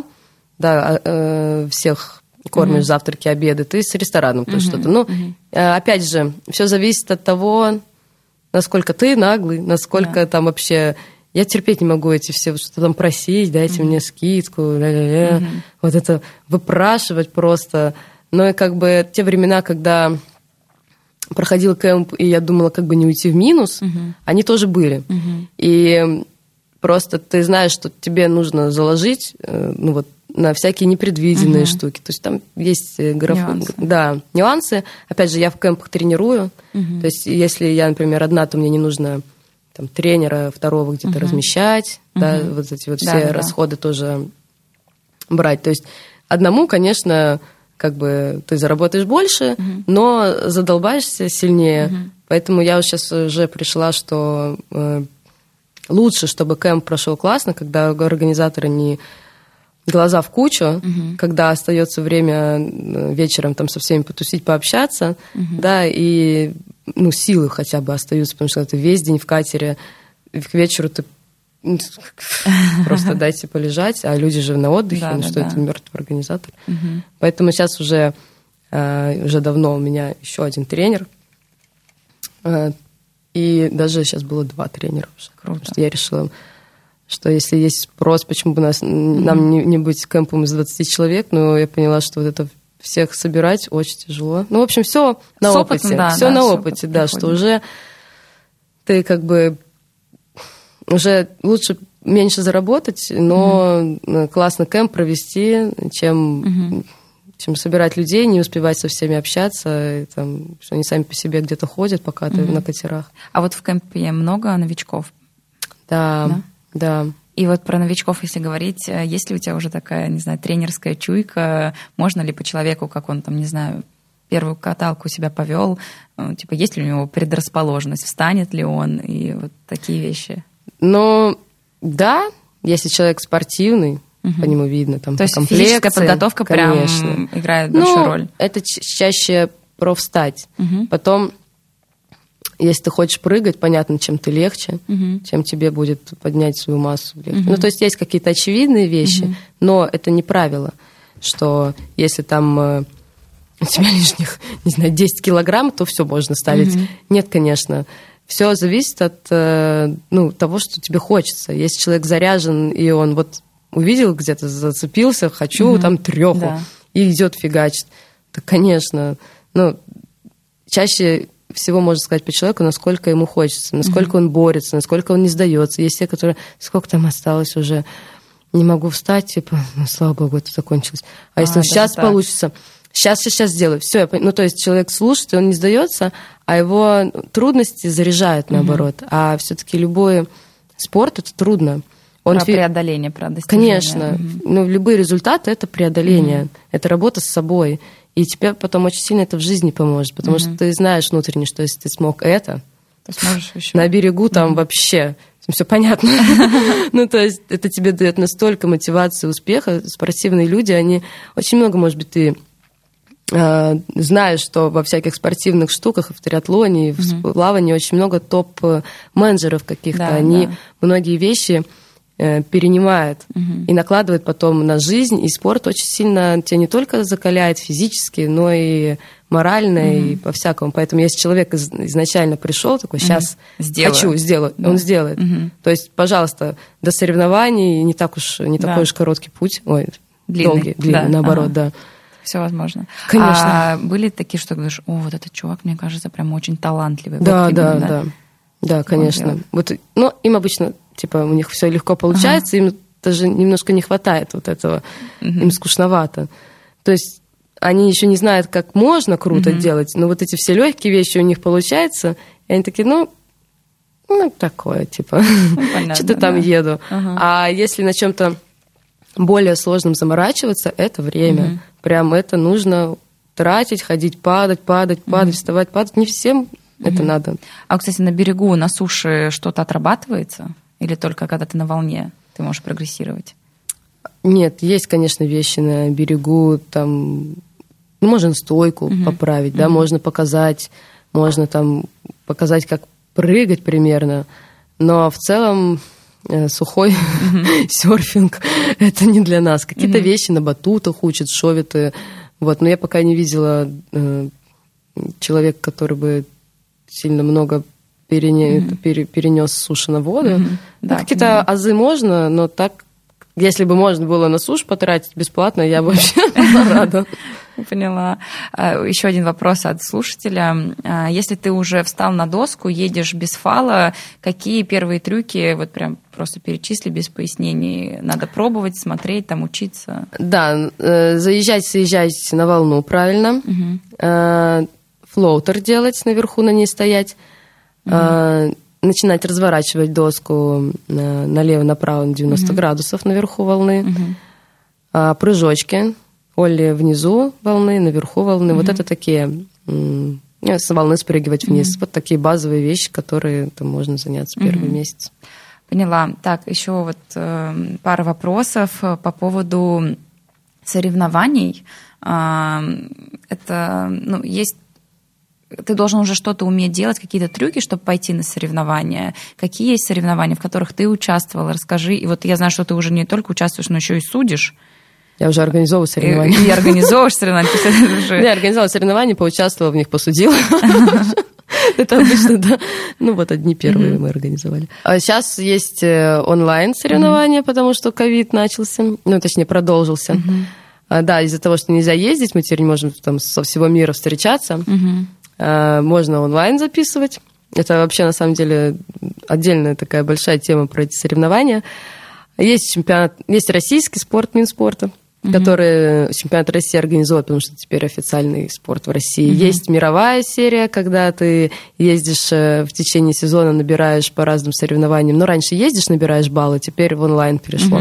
да, всех кормишь завтраки, обеды, ты с рестораном что-то. Опять же, все зависит от того, насколько ты наглый, насколько вообще... Я терпеть не могу эти все, что просить, дайте мне скидку, вот это выпрашивать просто. Но и те времена, когда проходил кемп, и я думала, как бы не уйти в минус, они тоже были. И просто ты знаешь, что тебе нужно заложить, ну вот, на всякие непредвиденные штуки. То есть там есть нюансы. Опять же, я в кемпах тренирую. То есть если я, например, одна, то мне не нужно там, тренера второго где-то размещать, да, вот эти вот все расходы тоже брать. То есть одному, конечно, как бы ты заработаешь больше, но задолбаешься сильнее. Поэтому я вот сейчас уже пришла, что лучше, чтобы кемп прошел классно, когда организаторы не глаза в кучу, когда остается время вечером там со всеми потусить, пообщаться, да, и ну, силы хотя бы остаются, потому что ты весь день в катере, к вечеру ты просто дайте полежать, а люди же на отдыхе, это мертвый организатор. Поэтому сейчас уже давно у меня еще один тренер, и даже сейчас было 2 тренера уже. Круто. Потому что я решила, что если есть спрос, почему бы нам не быть кемпом из 20 человек, но я поняла, что вот это всех собирать очень тяжело. Ну, в общем, все на опыте. Все на опыте, да, что уже ты как бы уже лучше меньше заработать, но классно кемп провести, чем собирать людей, не успевать со всеми общаться, и, там, что они сами по себе где-то ходят, пока ты на катерах. А вот в кемпе много новичков? Да. И вот про новичков, если говорить, есть ли у тебя уже такая, не знаю, тренерская чуйка? Можно ли по человеку, как он там, не знаю, первую каталку себя повел, типа, есть ли у него предрасположенность, встанет ли он, и вот такие вещи? Ну, да, если человек спортивный, по нему видно, там, то по есть комплекции, физическая подготовка конечно, прям играет большую роль? Это чаще профстать. Потом, если ты хочешь прыгать, понятно, чем ты легче, чем тебе будет поднять свою массу легче. Ну, то есть есть какие-то очевидные вещи, но это не правило, что если там у тебя лишних, не знаю, 10 килограмм, то все можно ставить. Нет, конечно. Все зависит от того, что тебе хочется. Если человек заряжен, и он вот увидел где-то, зацепился, хочу там 3, и идет фигачит, то, конечно, чаще всего можно сказать по человеку, насколько ему хочется, насколько он борется, насколько он не сдается. Есть те, которые, сколько там осталось уже, не могу встать, типа, слава богу, это закончилось. А если сейчас получится, сейчас сделаю. Все, то есть человек слушает, и он не сдается, а его трудности заряжают, наоборот. А все-таки любой спорт — это трудно. Про преодоление, про достижение. Конечно. Любые результаты — это преодоление, это работа с собой. И тебе потом очень сильно это в жизни поможет, потому что ты знаешь внутренне, что если ты смог это, то сможешь еще. На берегу там вообще все понятно. То есть это тебе дает настолько мотивации, успеха. Спортивные люди, они очень много, может быть, ты знаешь, что во всяких спортивных штуках, и в триатлоне, и в плавании очень много топ-менеджеров каких-то. Они многие вещи перенимает и накладывает потом на жизнь, и спорт очень сильно тебя не только закаляет физически, но и морально, и по-всякому. Поэтому если человек изначально пришел, такой, сейчас хочу, сделаю, он сделает. То есть, пожалуйста, до соревнований не такой уж короткий путь, длинный, наоборот, да. Все возможно. Конечно. А были такие, что говоришь, вот этот чувак, мне кажется, прям очень талантливый. Да, конечно. Им обычно у них все легко получается, им даже немножко не хватает вот этого, им скучновато. То есть они еще не знают, как можно круто делать, но вот эти все легкие вещи у них получаются, и они такие, такое, что-то там еду. А если на чем-то более сложном заморачиваться, это время. Прям это нужно тратить, ходить, падать, вставать, падать. Не всем это надо. А, кстати, на берегу, на суше что-то отрабатывается? Или только когда ты на волне ты можешь прогрессировать? Нет, есть, конечно, вещи на берегу, там, можно стойку поправить, да, можно показать, как прыгать примерно, но в целом сухой серфинг — это не для нас. Какие-то вещи на батутах учат, шовиты, но я пока не видела человека, который бы сильно много перенес с суши на воду. Какие-то азы можно, но так, если бы можно было на сушу потратить бесплатно, я бы вообще была рада. Поняла. Еще один вопрос от слушателя. Если ты уже встал на доску, едешь без фала, какие первые трюки, вот прям просто перечисли без пояснений, надо пробовать, смотреть, там учиться? Да, заезжать, съезжать на волну правильно, флоутер делать, наверху на ней стоять, начинать разворачивать доску налево-направо на 90 градусов наверху волны, прыжочки, олли внизу волны, наверху волны. Вот это такие, с волны спрыгивать вниз. Вот такие базовые вещи, которые там можно заняться первый месяц. Поняла. Так, еще вот пара вопросов по поводу соревнований. Это, есть... Ты должен уже что-то уметь делать, какие-то трюки, чтобы пойти на соревнования. Какие есть соревнования, в которых ты участвовала? Расскажи. И вот я знаю, что ты уже не только участвуешь, но еще и судишь. Я уже организовываю соревнования. И организовываешь соревнования. Я организовала соревнования, поучаствовала в них, посудила. Это обычно, да. Одни первые мы организовали. А сейчас есть онлайн соревнования, потому что ковид начался, точнее, продолжился. Да, из-за того, что нельзя ездить, мы теперь не можем там со всего мира встречаться. Можно онлайн записывать. Это вообще, на самом деле, отдельная такая большая тема про эти соревнования. Есть чемпионат, есть российский спорт, Минспорта, который чемпионат России организовывает, потому что теперь официальный спорт в России. Есть мировая серия, когда ты ездишь в течение сезона, набираешь по разным соревнованиям. Раньше ездишь, набираешь баллы, теперь в онлайн перешло.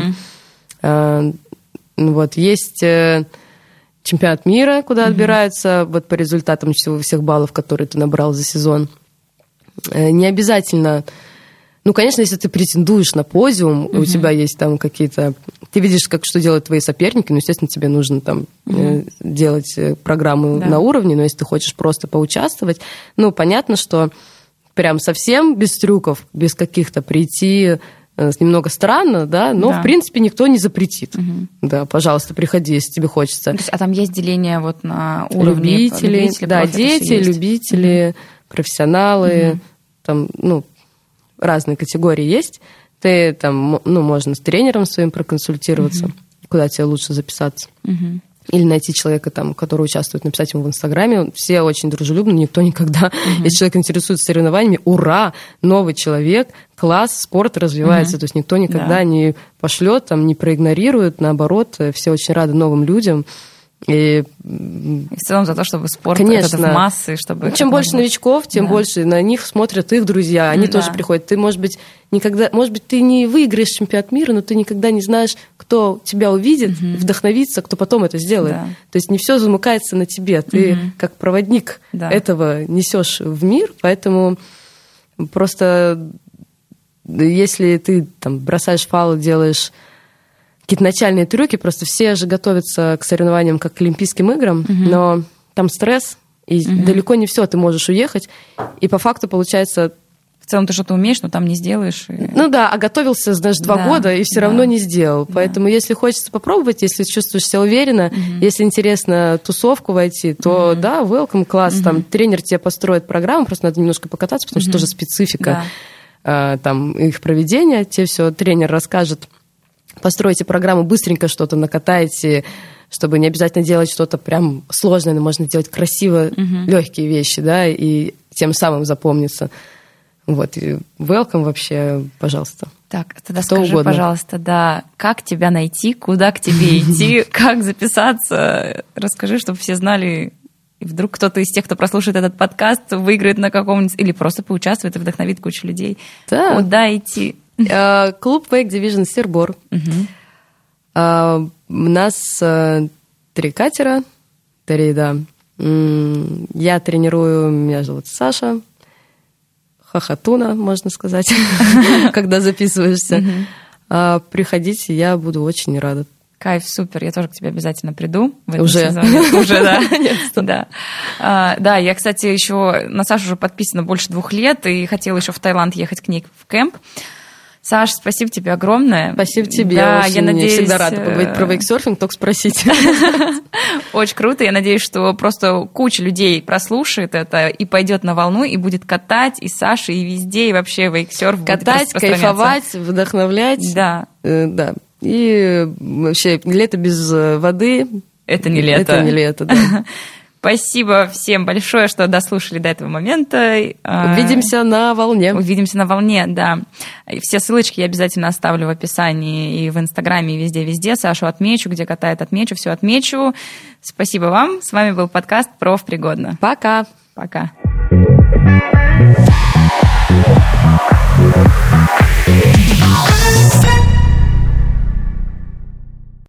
Есть чемпионат мира, куда отбираются по результатам всех баллов, которые ты набрал за сезон. Не обязательно... конечно, если ты претендуешь на подиум, у тебя есть там какие-то... Ты видишь, что делают твои соперники, естественно, тебе нужно там делать программу на уровне, но если ты хочешь просто поучаствовать, понятно, что прям совсем без трюков, без каких-то прийти... Немного странно, да, но, в принципе, никто не запретит. Да, пожалуйста, приходи, если тебе хочется. А там есть деление на уровне любители, да, дети, любители, профессионалы, там, разные категории есть. Ты там, можно с тренером своим проконсультироваться, куда тебе лучше записаться. Или найти человека, там, который участвует, написать ему в Инстаграме. Все очень дружелюбны, никто никогда... Если человек интересуется соревнованиями, ура, новый человек, класс, спорт развивается. То есть никто никогда не пошлет, там, не проигнорирует, наоборот, все очень рады новым людям. И в целом за то, чтобы спорт конечно, в массы, чтобы... Чем больше новичков, тем больше на них смотрят их друзья. Они тоже приходят. Ты, может быть, ты не выиграешь чемпионат мира, но ты никогда не знаешь, кто тебя увидит, вдохновится, кто потом это сделает. То есть не все замыкается на тебе. Ты как проводник этого несешь в мир, поэтому просто если ты там бросаешь фаул, делаешь какие-то начальные трюки, просто все же готовятся к соревнованиям как к Олимпийским играм, но там стресс, и далеко не все ты можешь уехать, и по факту получается... В целом ты что-то умеешь, но там не сделаешь. А готовился, знаешь, 2 года, и все равно не сделал. Поэтому если хочется попробовать, если чувствуешь себя уверенно, если интересно тусовку войти, то да, welcome, класс, там тренер тебе построит программу, просто надо немножко покататься, потому что тоже специфика там их проведения, тебе все тренер расскажет. Постройте программу, быстренько что-то накатайте, чтобы не обязательно делать что-то прям сложное, но можно делать красиво, легкие вещи, да, и тем самым запомнится. И welcome вообще, пожалуйста. Так, тогда скажи, пожалуйста, да, как тебя найти, куда к тебе идти, как записаться? Расскажи, чтобы все знали, и вдруг кто-то из тех, кто прослушает этот подкаст, выиграет на каком-нибудь, или просто поучаствует и вдохновит кучу людей. Да. Куда идти? Клуб Wake Division Сыр-Бор. У нас 3 катера, 3, да. Я тренирую, меня зовут Саша. Хохотуна, можно сказать, когда записываешься. Приходите, я буду очень рада. Кайф, супер. Я тоже к тебе обязательно приду в этом уже сезоне. Уже, да. Да, я, кстати, еще на Сашу уже подписана больше 2 лет и хотела еще в Таиланд ехать к ней в кемп. Саш, спасибо тебе огромное. Спасибо тебе. Да, я надеюсь, всегда рада поговорить про вейксерфинг, только спросите. Очень круто. Я надеюсь, что просто куча людей прослушает это и пойдет на волну, и будет катать и Саша, и везде, и вообще вейксерф будет катать, кайфовать, вдохновлять. Да. Да. И вообще лето без воды это не лето. Это не лето, да. Спасибо всем большое, что дослушали до этого момента. Увидимся на волне. Увидимся на волне, да. Все ссылочки я обязательно оставлю в описании и в Инстаграме, и везде-везде. Сашу отмечу, где катает, отмечу, все отмечу. Спасибо вам. С вами был подкаст «Профпригодно». Пока. Пока.